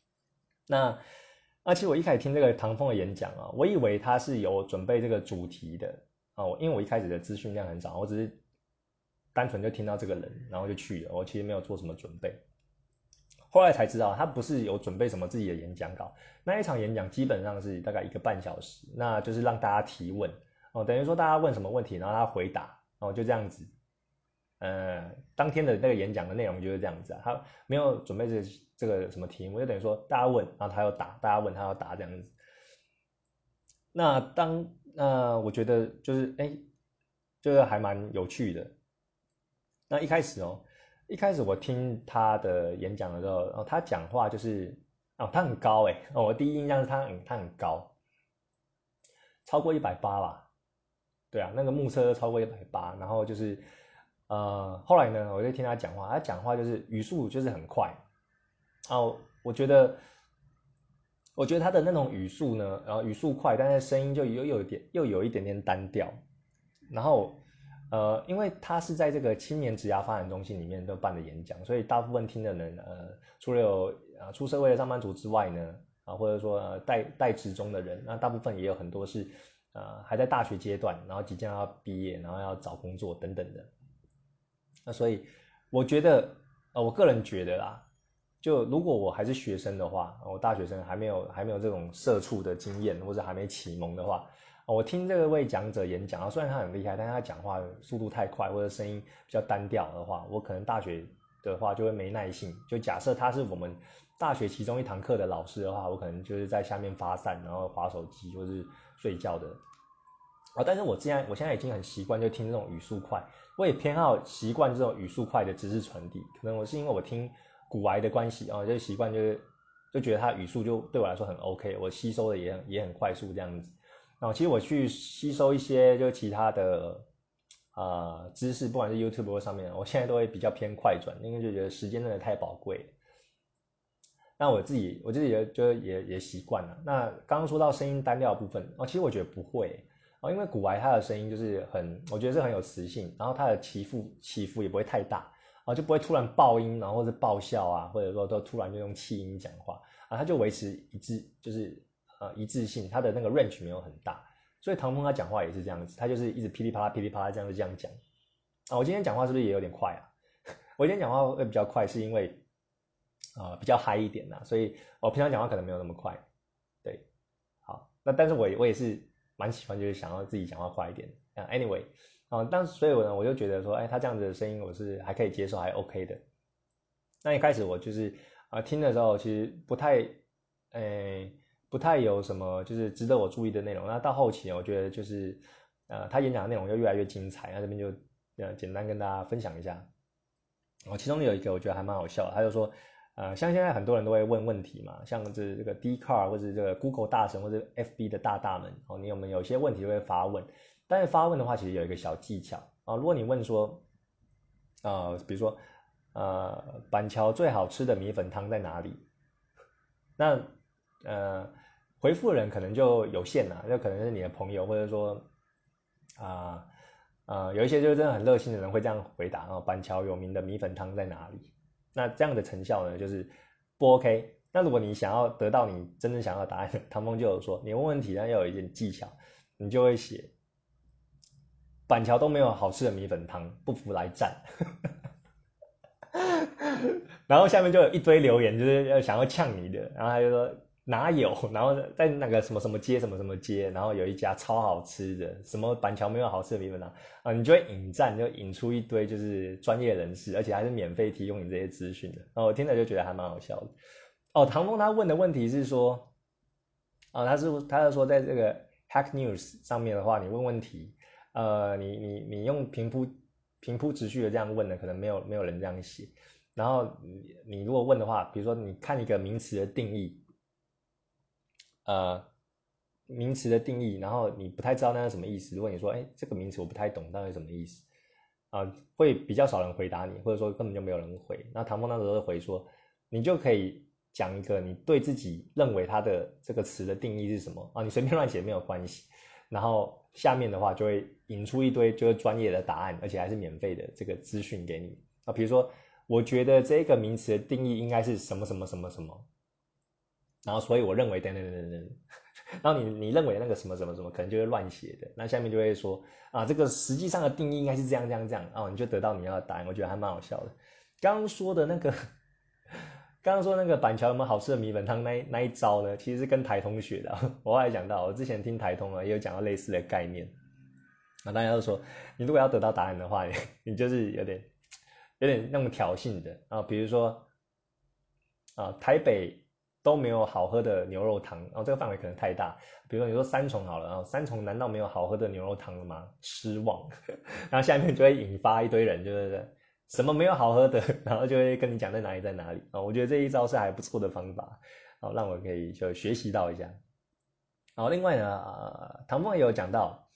那其实我一开始听这个唐凤的演讲我以为他是有准备这个主题的因为我一开始的资讯量很少，我只是单纯就听到这个人，然后就去了，我其实没有做什么准备。后来才知道他不是有准备什么自己的演讲稿，那一场演讲基本上是大概1个半小时，那就是让大家提问等于说大家问什么问题，然后他回答就这样子。当天的那个演讲的内容就是这样子他没有准备这个什么题目，就等于说大家问，然后他要答，大家问他要答这样子。那我觉得就是这个还蛮有趣的。那一开始我听他的演讲的时候，他讲话就是他很高我第一印象是他很高，超过180吧，对啊，那个目测超过180，然后就是后来呢，我就听他讲话，他讲话就是语速就是很快我觉得他的那种语速呢，然后语速快，但是声音就又有一点点单调，然后因为他是在这个青年职涯发展中心里面都办的演讲，所以大部分听的人除了有出社会的上班族之外呢或者说在职中的人，那大部分也有很多是还在大学阶段，然后即将要毕业，然后要找工作等等的。那所以我觉得我个人觉得啦，就如果我还是学生的话，我大学生还没有这种社畜的经验，或者还没启蒙的话，我听这位讲者演讲虽然他很厉害，但是他讲话速度太快，或者声音比较单调的话，我可能大学的话就会没耐性。就假设他是我们大学其中一堂课的老师的话，我可能就是在下面发散，然后滑手机或是睡觉的但是我现在已经很习惯就听这种语速快，我也偏好习惯这种语速快的知识传递。可能我是因为我听古癌的关系就习惯就觉得他语速就对我来说很 OK， 我吸收的也很快速这样子。然后其实我去吸收一些就其他的知识，不管是 YouTube 或上面，我现在都会比较偏快转，因为就觉得时间真的太宝贵了。那我自己就也习惯了。那刚刚说到声音单调的部分其实我觉得不会因为古癌他的声音就是我觉得是很有磁性，然后他的起伏也不会太大就不会突然爆音，然后或者爆笑或者说都突然就用气音讲话他就维持一致性，他的那个 range 没有很大。所以唐凤他讲话也是这样子，他就是一直噼里啪啦噼里啪啦这样讲我今天讲话是不是也有点快我今天讲话会比较快，是因为比较嗨一点所以我平常讲话可能没有那么快。对，好，那但是我也是蛮喜欢，就是想要自己讲话快一点。anyway，但所以我就觉得说，他这样子的声音我是还可以接受，还 OK 的。那一开始我就是听的时候，其实不太有什么就是值得我注意的内容。那到后期我觉得就是他演讲的内容就越来越精彩。那这边就简单跟大家分享一下。其中有一个我觉得还蛮好笑的，他就说像现在很多人都会问问题嘛，像这个 Dcard 或者这个 Google 大神或者 FB 的大们你有些问题就会发问。但是发问的话其实有一个小技巧如果你问说比如说板桥最好吃的米粉汤在哪里，那回复的人可能就有限就可能是你的朋友，或者说有一些就是真的很热心的人会这样回答板桥有名的米粉汤在哪里？那这样的成效呢就是不 OK。那如果你想要得到你真正想要的答案，唐风就有说，你问问题但要有一点技巧，你就会写板桥都没有好吃的米粉汤，不服来战。然后下面就有一堆留言，就是想要呛你的，然后他就说哪有，然后在那个什么什么街什么什么街，然后有一家超好吃的，什么板桥没有好吃的米粉汤你就会引战，就引出一堆就是专业人士，而且还是免费提供你这些资讯的。我听了就觉得还蛮好笑的。唐风他问的问题是说他就说在这个 Hack News 上面的话，你问问题你用平铺直叙的这样问的，可能没有人这样写。然后你如果问的话，比如说你看一个名词的定义然后你不太知道那是什么意思，如果你说这个名词我不太懂到底什么意思会比较少人回答你，或者说根本就没有人回。那唐凤那时候回说，你就可以讲一个你对自己认为它的这个词的定义是什么啊，你随便乱写没有关系。然后下面的话就会引出一堆就是专业的答案，而且还是免费的这个资讯给你啊。比如说，我觉得这个名词的定义应该是什么什么什么什么，然后所以我认为等等等等等，然后你认为那个什么什么什么可能就会乱写的，那下面就会说啊，这个实际上的定义应该是这样这样这样，你就得到你要的答案，我觉得还蛮好笑的。刚刚说的那个，刚刚说那个板桥有没有好吃的米粉汤那一招呢，其实是跟台通学的。我后来讲到，我之前听台通也有讲到类似的概念。大家都说，你如果要得到答案的话，你就是有点那种挑衅的啊，比如说台北都没有好喝的牛肉汤，这个范围可能太大。比如说你说三重好了，三重难道没有好喝的牛肉汤了吗？失望。然后下面就会引发一堆人，就是什么没有好喝的，然后就会跟你讲在哪里在哪里啊。我觉得这一招是还不错的方法，让我可以就学习到一下。然后另外呢，唐凤也有讲到，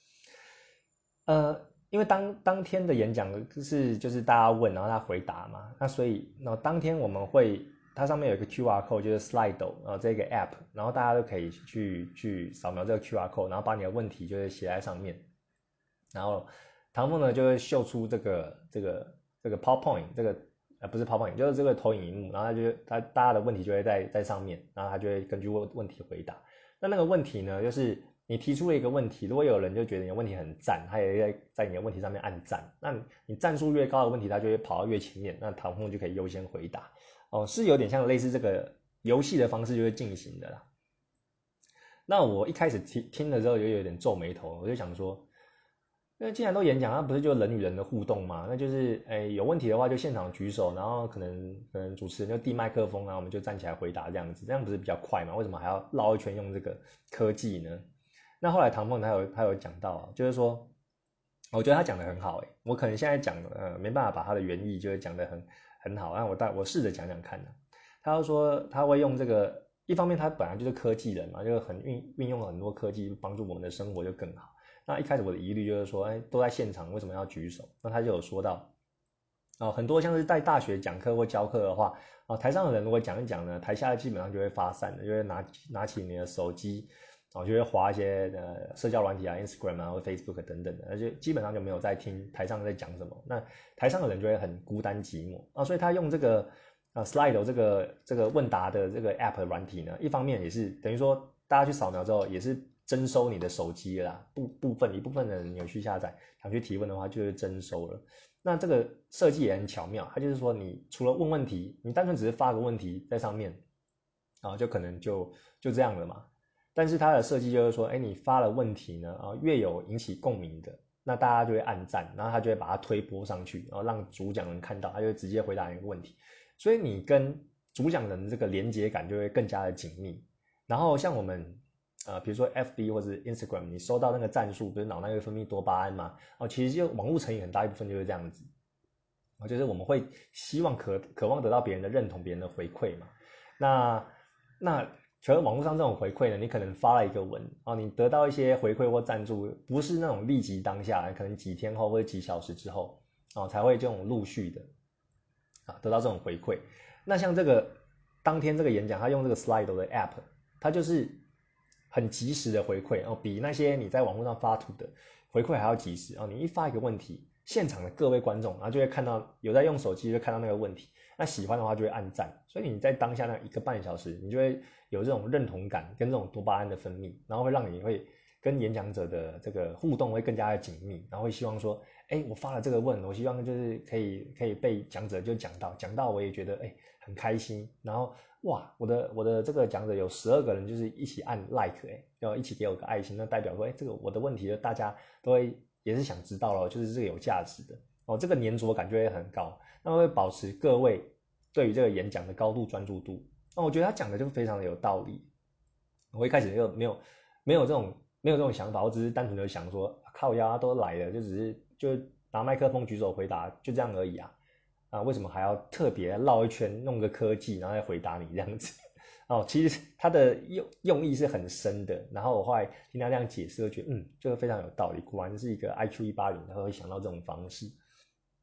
因为当天的演讲就是大家问，然后他回答嘛，那所以当天我们会它上面有一个 QR code， 就是 Slido 这个 app， 然后大家都可以去扫描这个 QR code， 然后把你的问题就是写在上面，然后唐凤呢就会秀出这个 PowerPoint， 这个不是 PowerPoint， 就是这个投影荧幕，然后大家的问题就会在上面，然后他就会根据问题回答。那个问题呢，就是你提出了一个问题，如果有人就觉得你的问题很赞，他也在你的问题上面按赞，那你赞数越高的问题，他就会跑到越前面，那唐凤就可以优先回答。是有点像类似这个游戏的方式就会进行的啦。那我一开始听了之后就有点皱眉头，我就想说，那既然都演讲，那不是就人与人的互动吗？那就是有问题的话就现场举手，然后可能主持人就递麦克风，然后我们就站起来回答这样子，这样不是比较快吗？为什么还要绕一圈用这个科技呢？那后来唐凤他有讲到就是说，我觉得他讲的很好我可能现在讲没办法把他的原意就是讲的很好，那我试着讲讲看呢。他就说他会用这个，一方面他本来就是科技人嘛，就是运用了很多科技帮助我们的生活就更好。那一开始我的疑虑就是说，都在现场为什么要举手？那他就有说到，很多像是在大学讲课或教课的话，台上的人如果讲一讲呢，台下基本上就会发散的，就会拿起你的手机，就会滑一些社交软体啊 ，Instagram 啊或 Facebook 等等的，而且基本上就没有在听台上在讲什么。那台上的人就会很孤单寂寞所以他用这个Slido 这个问答的这个 App 软体呢，一方面也是等于说大家去扫描之后也是征收你的手机啦，一部分的人有去下载，想去提问的话就是征收了。那这个设计也很巧妙，它就是说你除了问问题，你单纯只是发个问题在上面就可能就这样了嘛。但是它的设计就是说，你发了问题呢越有引起共鸣的，那大家就会按赞，然后他就会把它推播上去，然后让主讲人看到，他就会直接回答你一个问题。所以你跟主讲人的这个连接感就会更加的紧密。然后像我们比如说 FB 或者 Instagram， 你收到那个赞数，不是脑内会分泌多巴胺吗？其实就网络成瘾很大一部分就是这样子，就是我们会希望渴望得到别人的认同，别人的回馈嘛。那除了网络上这种回馈呢，你可能发了一个文你得到一些回馈或赞助，不是那种立即当下，可能几天后或者几小时之后才会这种陆续的得到这种回馈。那像这个当天这个演讲，他用这个 Slido 的 App， 它就是很及时的回馈比那些你在网络上发图的回馈还要及时你一发一个问题，现场的各位观众就会看到，有在用手机就看到那个问题，那喜欢的话就会按赞，所以你在当下那1个半小时，你就会有这种认同感跟这种多巴胺的分泌，然后会让你会跟演讲者的这个互动会更加的紧密，然后会希望说，我发了这个问，我希望就是可以被讲者就讲到我也觉得很开心，然后哇，我的这个讲者有12个人就是一起按 like 要一起给我个爱心，那代表说这个我的问题大家都会也是想知道咯，就是这个有价值的这个粘着感就会很高，那会保持各位对于这个演讲的高度专注度。那我觉得他讲的就非常的有道理。我一开始就没有这种想法，我只是单纯的想说靠腰都来了，就只是就拿麦克风举手回答就这样而已为什么还要特别绕一圈弄个科技然后再回答你这样子其实他的用意是很深的，然后我后来听他这样解释，就觉得这个非常有道理，果然是一个 IQ180 他会想到这种方式。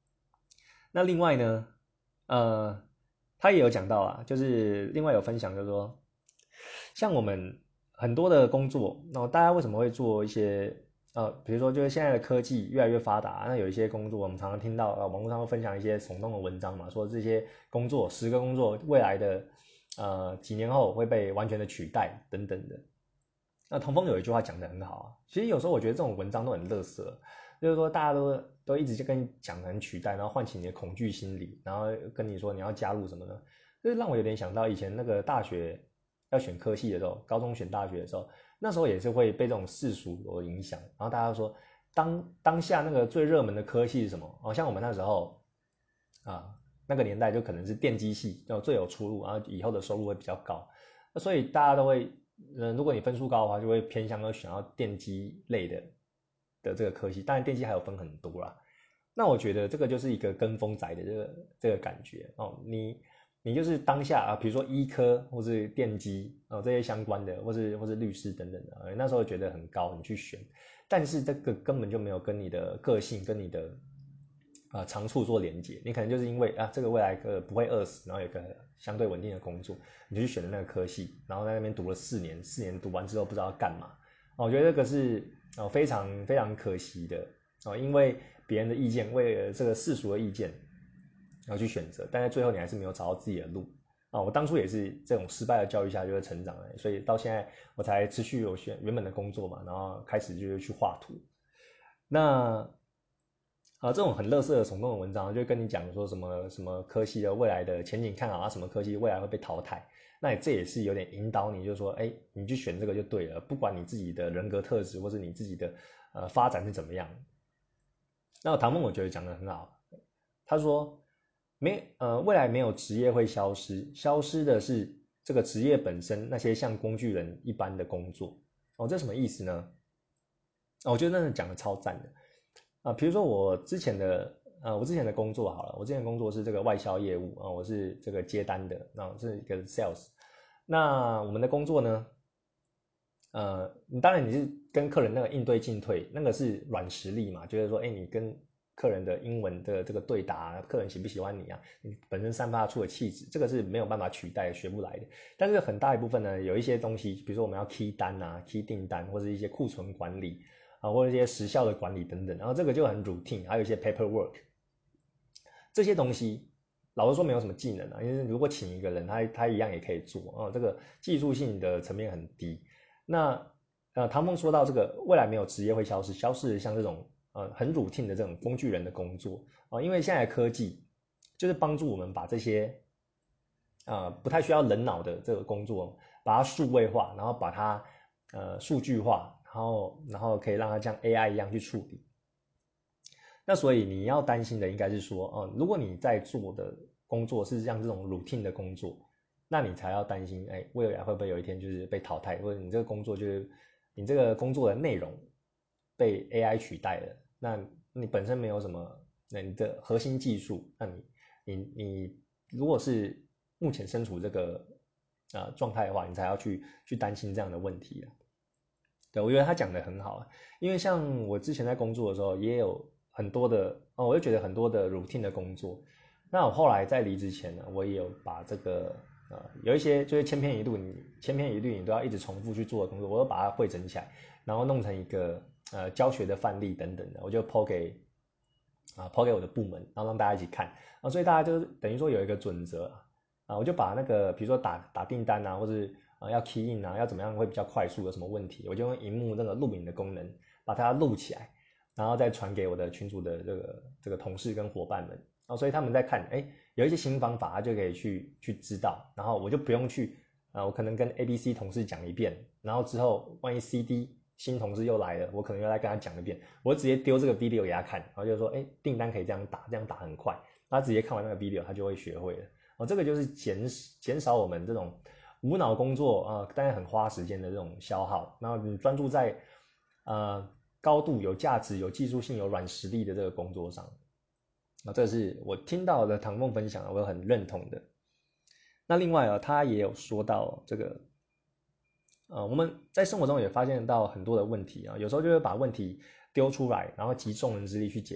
那另外呢，他也有讲到啊，就是另外有分享，就是说，像我们很多的工作，然后大家为什么会做一些比如说就是现在的科技越来越发达，那有一些工作我们常常听到网络上会分享一些耸动的文章嘛，说这些工作10个工作未来的几年后会被完全的取代等等的。那童峰有一句话讲得很好啊，其实有时候我觉得这种文章都很垃圾，就是说大家都一直就跟你讲很取代，然后唤起你的恐惧心理，然后跟你说你要加入什么的，这让我有点想到以前那个大学要选科系的时候，高中选大学的时候，那时候也是会被这种世俗所影响，然后大家说当下那个最热门的科系是什么？像我们那时候那个年代就可能是电机系最有出路，然后以后的收入会比较高，所以大家都会如果你分数高的话，就会偏向想要电机类的这个科系。当然电机还有分很多啦。那我觉得这个就是一个跟风仔的这个感觉哦。你就是当下比如说医科或是电机这些相关的，或是律师等等的，那时候觉得很高，你去选，但是这个根本就没有跟你的个性跟你的长处做连接。你可能就是因为这个未来不会饿死，然后有个相对稳定的工作，你就去选了那个科系，然后在那边读了4年，4年读完之后不知道要干嘛。我觉得这个是非常非常可惜的因为别人的意见，为了这个世俗的意见然后去选择，但是最后你还是没有找到自己的路我当初也是这种失败的教育下就会成长了，所以到现在我才持续有选原本的工作嘛，然后开始就是去画图。那这种很垃圾的耸动的文章，就会跟你讲说什么科系的未来的前景看好什么科系未来会被淘汰。那这也是有点引导你，就是说，你去选这个就对了，不管你自己的人格特质或是你自己的发展是怎么样。那唐梦我觉得讲得很好，他说未来没有职业会消失，消失的是这个职业本身那些像工具人一般的工作这什么意思呢？我觉得真的讲得超赞的比如说我之前的工作好了，我之前的工作是这个外销业务我是这个接单的，是一个 sales。那我们的工作呢，当然你是跟客人那个应对进退，那个是软实力嘛，就是说，你跟客人的英文的这个对答，客人喜不喜欢你你本身散发出的气质，这个是没有办法取代学不来的。但是很大一部分呢，有一些东西，比如说我们要 key 单key 订单，或者一些库存管理或者一些时效的管理等等，然后这个就很 routine， 还有一些 paperwork， 这些东西老实说没有什么技能因为如果请一个人他一样也可以做这个技术性的层面很低。那唐梦说到这个未来没有职业会消失，消失的像这种很 routine 的这种工具人的工作因为现在的科技就是帮助我们把这些不太需要人脑的这个工作把它数位化，然后把它数据化，然后可以让它像 AI 一样去处理。那所以你要担心的应该是说如果你在做的工作是像这种 routine 的工作，那你才要担心未来会不会有一天就是被淘汰，或者你这个工作就是你这个工作的内容被 AI 取代了，那你本身没有什么你的核心技术，那你如果是目前身处这个状态的话，你才要去担心这样的问题对，我觉得他讲的很好因为像我之前在工作的时候也有很多的我就觉得很多的 routine 的工作，那我后来在离职前呢，我也有把这个有一些就是千篇一律你都要一直重复去做的工作，我都把它汇整起来，然后弄成一个教学的范例等等的，我就抛给我的部门，然后让大家一起看所以大家就等于说有一个准则我就把那个比如说打订单或是要 key in 要怎么样会比较快速，有什么问题，我就用荧幕那个录影的功能把它录起来，然后再传给我的群组的这个同事跟伙伴们所以他们在看有一些新方法，他就可以去知道，然后我就不用去我可能跟 ABC 同事讲一遍，然后之后万一 CD 新同事又来了，我可能又来跟他讲一遍，我直接丢这个 video 给他看，然后就说订单可以这样打，这样打很快，他直接看完那个 video 他就会学会了这个就是减少我们这种无脑工作但是很花时间的这种消耗，然后你专注在高度有价值、有技术性、有软实力的这个工作上这是我听到的唐凤分享我很认同的。那另外他也有说到这个我们在生活中也发现到很多的问题有时候就会把问题丢出来，然后集众人之力去解决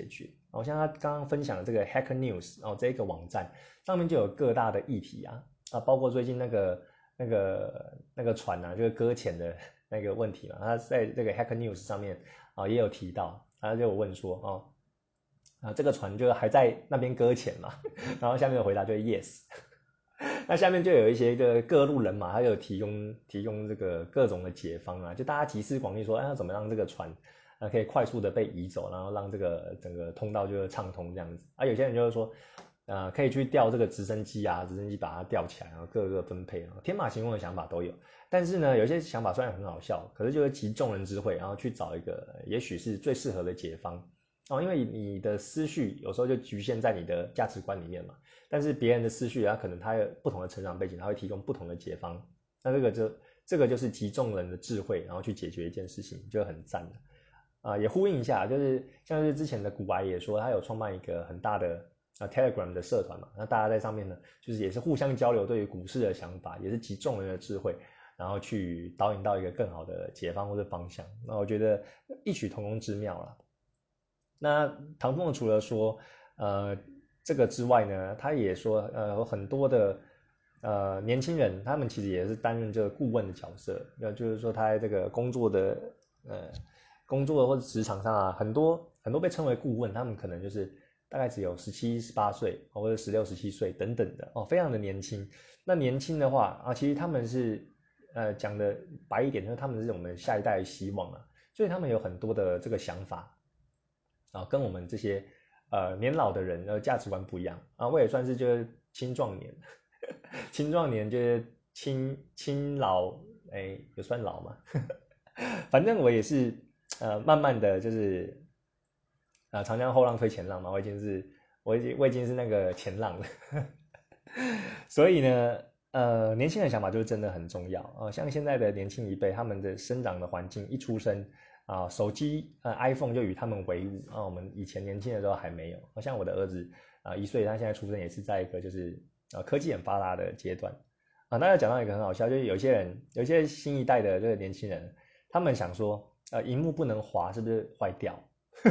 像他刚刚分享的这个 Hacker News 这个网站上面就有各大的议题包括最近那个船就是搁浅的那个问题嘛，他在这个 Hacker News 上面也有提到，他就有问说这个船就还在那边搁浅嘛，然后下面的回答就是 yes。那下面就有一些各路人马，他有提供这个各种的解方就大家集思广益说，要怎么让这个船可以快速的被移走，然后让这个整个通道就畅通这样子有些人就是说可以去调这个直升机直升机把它吊起来，然后各个分配天马行空的想法都有。但是呢，有些想法虽然很好笑，可是就是集众人之慧，然后去找一个也许是最适合的解方因为你的思绪有时候就局限在你的价值观里面嘛，但是别人的思绪可能他有不同的成长背景，他会提供不同的解方。那这个就是集众人的智慧，然后去解决一件事情，就很赞的也呼应一下，就是像是之前的股癌也说，他有创办一个很大的Telegram 的社团嘛，那大家在上面呢，就是也是互相交流对于股市的想法，也是集众人的智慧，然后去导引到一个更好的解方或者方向。那我觉得异曲同工之妙啦。那唐凤除了说这个之外呢，他也说有很多的年轻人，他们其实也是担任这个顾问的角色，就是说他在这个工作或者职场上很多被称为顾问，他们可能就是大概只有17、18岁或者16、17岁等等的非常的年轻。那年轻的话其实他们是讲的白一点，就是他们是我们下一代的希望所以他们有很多的这个想法跟我们这些年老的人价值观不一样我也算是就是青壮年青壮年就是青老有算老吗反正我也是慢慢的就是长江后浪推前浪嘛，我已经是那个前浪了所以呢年轻人想法就是真的很重要像现在的年轻一辈，他们的生长的环境一出生手机iPhone 就与他们为伍我们以前年轻的时候还没有像我的儿子1岁，他现在出生也是在一个就是科技很发达的阶段那要讲到一个很好笑，就是有些新一代的这个年轻人，他们想说萤幕不能滑是不是坏掉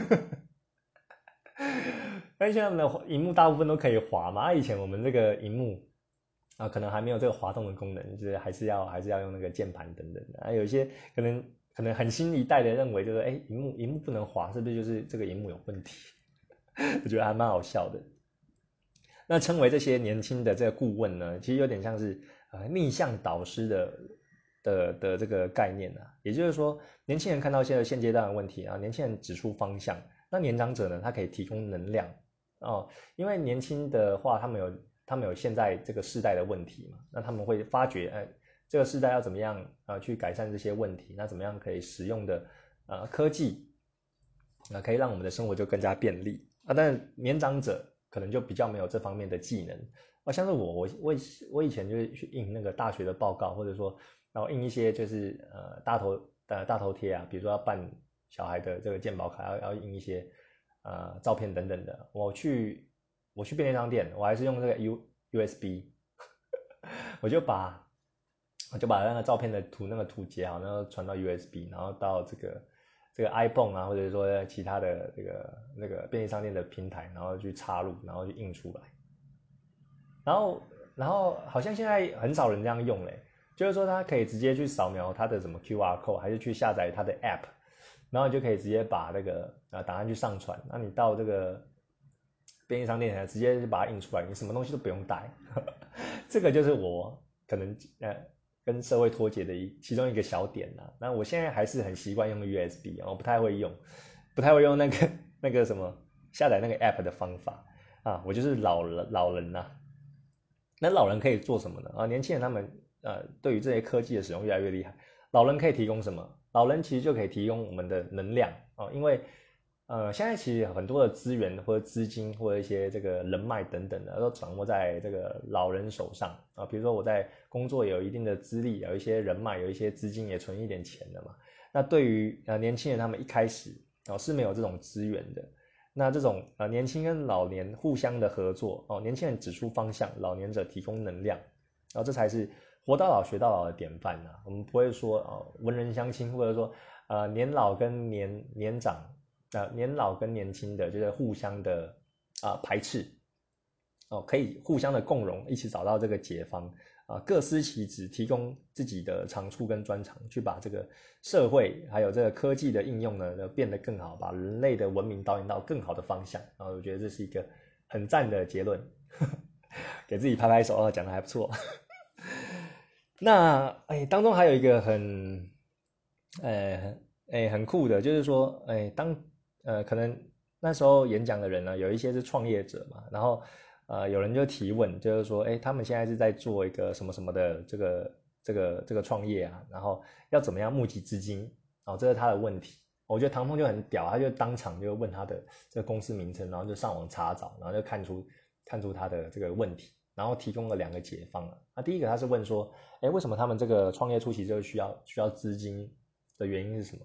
但是现在他们的萤幕大部分都可以滑嘛以前我们这个萤幕可能还没有这个滑动的功能，就是还是要用那个键盘等等的有一些可能很新一代的认为就是萤幕不能滑是不是就是这个萤幕有问题我觉得还蛮好笑的。那称为这些年轻的这个顾问呢，其实有点像是逆向导师的这个概念也就是说年轻人看到现阶段的问题年轻人指出方向，那年长者呢他可以提供能量因为年轻的话他们有现在这个世代的问题嘛，那他们会发觉这个世代要怎么样去改善这些问题，那怎么样可以使用的科技可以让我们的生活就更加便利但年长者可能就比较没有这方面的技能像是我以前就是去印那个大学的报告，或者说然后印一些就是大头贴比如说要办小孩的这个健保卡要印一些照片等等的，我去便利商店，我还是用这个 USB 我就把那个照片的那个图截好，然后传到 USB， 然后到这个 iPhone 或者说其他的那个便利商店的平台，然后去插入，然后去印出来。然后好像现在很少人这样用嘞，就是说他可以直接去扫描他的什么 QR code， 还是去下载他的 App， 然后你就可以直接把那个档案去上传，那你到这个便利商店直接就把它印出来，你什么东西都不用带这个就是我可能跟社会脱节的其中一个小点那我现在还是很习惯用 USB 我不太会用那个什么下载那个 App 的方法我就是老人那老人可以做什么呢年轻人他们对于这些科技的使用越来越厉害，老人可以提供什么？老人其实就可以提供我们的能量因为现在其实很多的资源或者资金或者一些这个人脉等等的都掌握在这个老人手上比如说我在工作有一定的资历，有一些人脉，有一些资金，也存一点钱的嘛。那对于年轻人他们一开始是没有这种资源的，那这种年轻跟老年互相的合作年轻人指出方向，老年者提供能量这才是活到老学到老的典范我们不会说文人相亲，或者说年老跟年长年老跟年轻的就是互相的排斥可以互相的共融，一起找到这个解方各司其职，提供自己的长处跟专长，去把这个社会还有这个科技的应用呢变得更好，把人类的文明导引到更好的方向。然后我觉得这是一个很赞的结论，给自己拍拍手讲得还不错。那当中还有一个很酷的，就是说可能那时候演讲的人呢，有一些是创业者嘛，然后有人就提问，就是说他们现在是在做一个什么什么的这个创业啊，然后要怎么样募集资金，这是他的问题。我觉得唐凤就很屌，他就当场就问他的这个公司名称，然后就上网查找，然后就看出他的这个问题，然后提供了2个解方。那第一个他是问说，为什么他们这个创业初期就需要资金的原因是什么？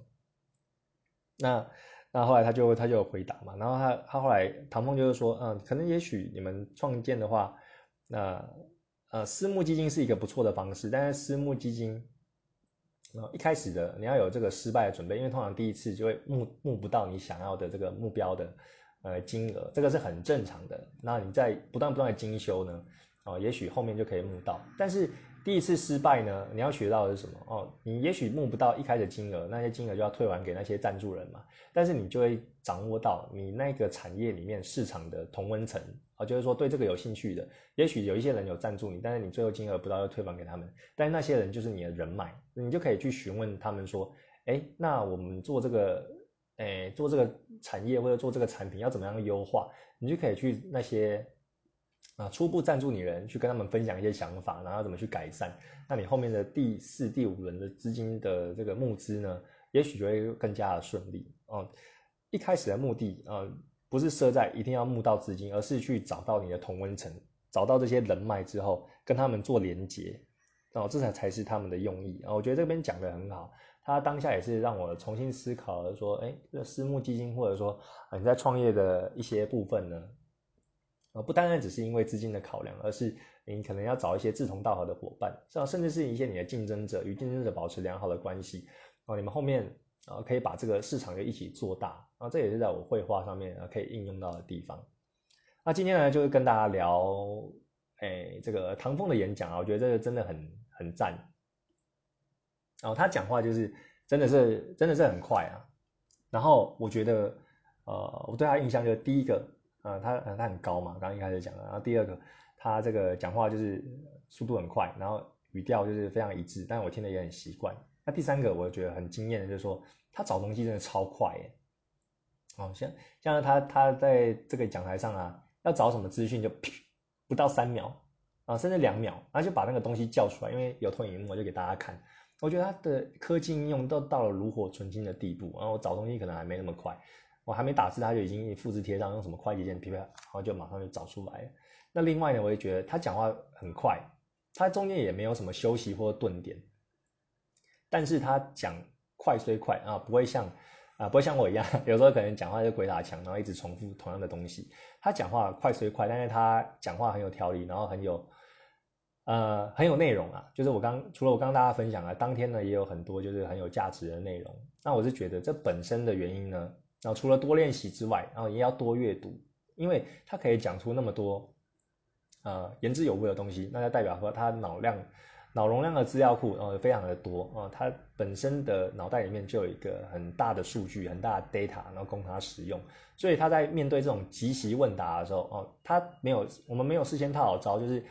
那后来他就有回答嘛，然后他后来唐凤就是说，可能也许你们创建的话，私募基金是一个不错的方式，但是私募基金一开始的你要有这个失败的准备，因为通常第一次就会募不到你想要的这个目标的金额，这个是很正常的。那你在不断的精修呢，也许后面就可以募到。但是第一次失败呢，你要学到的是什么？你也许募不到一开始金额，那些金额就要退还给那些赞助人嘛。但是你就会掌握到你那个产业里面市场的同温层就是说对这个有兴趣的，也许有一些人有赞助你，但是你最后金额不到要退还给他们，但是那些人就是你的人脉，你就可以去询问他们说，那我们做这个产业或者做这个产品要怎么样优化，你就可以去那些初步赞助你的人去跟他们分享一些想法，然后怎么去改善，那你后面的第4、第5轮的资金的这个募资呢，也许就会更加的顺利一开始的目的不是设在一定要募到资金，而是去找到你的同温层，找到这些人脉之后，跟他们做连结这才是他们的用意我觉得这边讲得很好，他当下也是让我重新思考了说，这私募基金或者说你在创业的一些部分呢不单单只是因为资金的考量，而是你可能要找一些志同道合的伙伴，甚至是一些你的竞争者，与竞争者保持良好的关系你们后面可以把这个市场就一起做大这也是在我绘画上面可以应用到的地方。那今天呢，就是跟大家聊这个唐凤的演讲我觉得这个真的很赞他讲话就是真的是很快然后我觉得我对他印象就是第一个他很高嘛，刚刚一开始讲的，然后第二个他这个讲话就是速度很快，然后语调就是非常一致，但我听得也很习惯。那第三个我觉得很惊艳的就是说他找东西真的超快耶像他在这个讲台上要找什么资讯就不到3秒甚至2秒，然后就把那个东西叫出来，因为有投影幕我就给大家看。我觉得他的科技应用都到了炉火纯青的地步，然后我找东西可能还没那么快，我还没打字他就已经复制贴上，用什么快捷键噼啪，然后就马上就找出来了。那另外呢，我也觉得他讲话很快，他中间也没有什么休息或顿点，但是他讲快虽快不会像我一样，有时候可能讲话就鬼打墙，然后一直重复同样的东西。他讲话快虽快，但是他讲话很有条理，然后很有内容就是除了我刚刚大家分享当天呢也有很多就是很有价值的内容。那我是觉得这本身的原因呢，然后除了多练习之外，然后也要多阅读，因为他可以讲出那么多言之有物的东西，那就代表说他脑容量的资料库非常的多他本身的脑袋里面就有一个很大的数据，很大的 data， 然后供他使用。所以他在面对这种即席问答的时候我们没有事先套好招，就是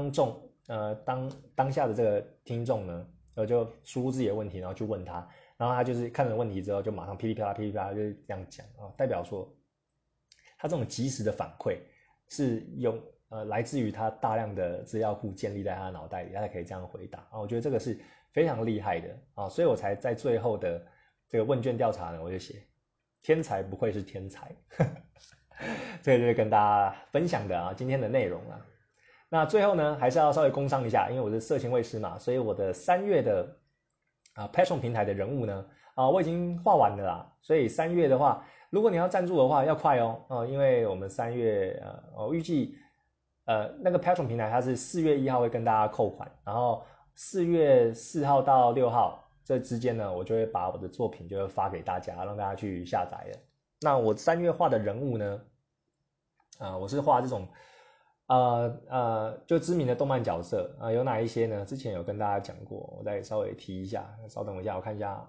当下的这个听众呢就输入自己的问题，然后去问他，然后他就是看了问题之后就马上噼里啪啦噼里啪啦就是这样讲代表说他这种即时的反馈是来自于他大量的资料库建立在他的脑袋里，他才可以这样回答我觉得这个是非常厉害的所以我才在最后的这个问卷调查呢，我就写天才不愧是天才这个就是跟大家分享的今天的内容那最后呢，还是要稍微工商一下，因为我是色情卫师嘛，所以我的3月的Patreon 平台的人物呢我已经画完了啦。所以3月的话，如果你要赞助的话，要快因为我们3月我预计那个 Patreon 平台它是4月1号会跟大家扣款，然后4月4号到6号这之间呢，我就会把我的作品就会发给大家，让大家去下载了。 那我3月画的人物呢，我是画这种就知名的动漫角色有哪一些呢？之前有跟大家讲过，我再稍微提一下，稍等一下，我看一下，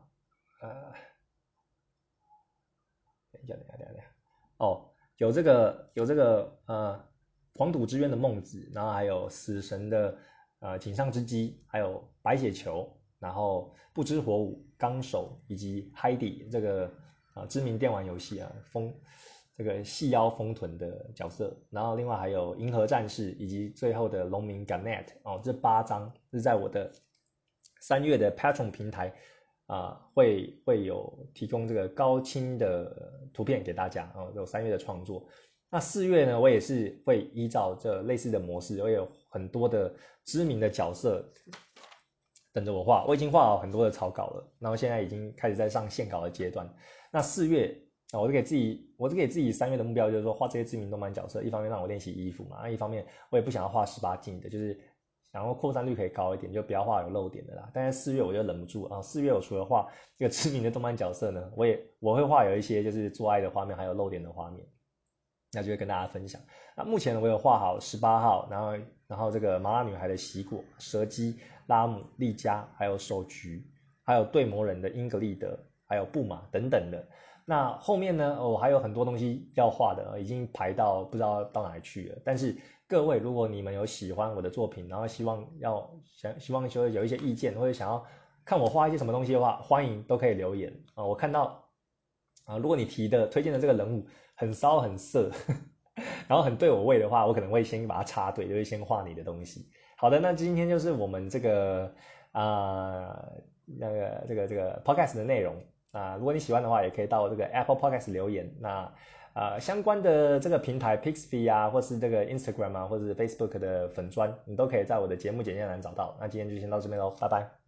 等一下，哦，有这个黄土之渊的梦子，然后还有死神的井上之基，还有白血球，然后不知火舞、纲手以及 Heidi 这个知名电玩游戏这个细腰丰臀的角色，然后另外还有银河战士以及最后的龙明 Garnet 这8张是在我的3月的 Patreon 平台会有提供这个高清的图片给大家有3月的创作。那4月呢，我也是会依照这类似的模式，我有很多的知名的角色等着我画，我已经画好很多的草稿了，然后现在已经开始在上线稿的阶段。那4月我就给自己3月的目标就是说画这些知名动漫角色，一方面让我练习衣服嘛，一方面我也不想要画18禁的，就是想要扩散率可以高一点，就不要画有漏点的啦。但是4月我就忍不住4月我除了画这个知名的动漫角色呢，我会画有一些就是做爱的画面，还有漏点的画面，那就会跟大家分享。那目前我有画好18号，然后这个麻辣女孩的喜果、蛇姬、拉姆、利加，还有手菊，还有对魔人的英格丽德，还有布玛等等的。那后面呢，我还有很多东西要画的，已经排到不知道到哪里去了。但是各位，如果你们有喜欢我的作品，然后希望说有一些意见，或者想要看我画一些什么东西的话，欢迎都可以留言我看到如果你推荐的这个人物很骚很色，然后很对我胃的话，我可能会先把它插队，就是先画你的东西。好的，那今天就是我们这个这个 podcast 的内容如果你喜欢的话，也可以到这个 Apple Podcast 留言。那相关的这个平台 Pixby 或是这个 Instagram 或者是 Facebook 的粉专，你都可以在我的节目简介栏找到。那今天就先到这边喽，拜拜。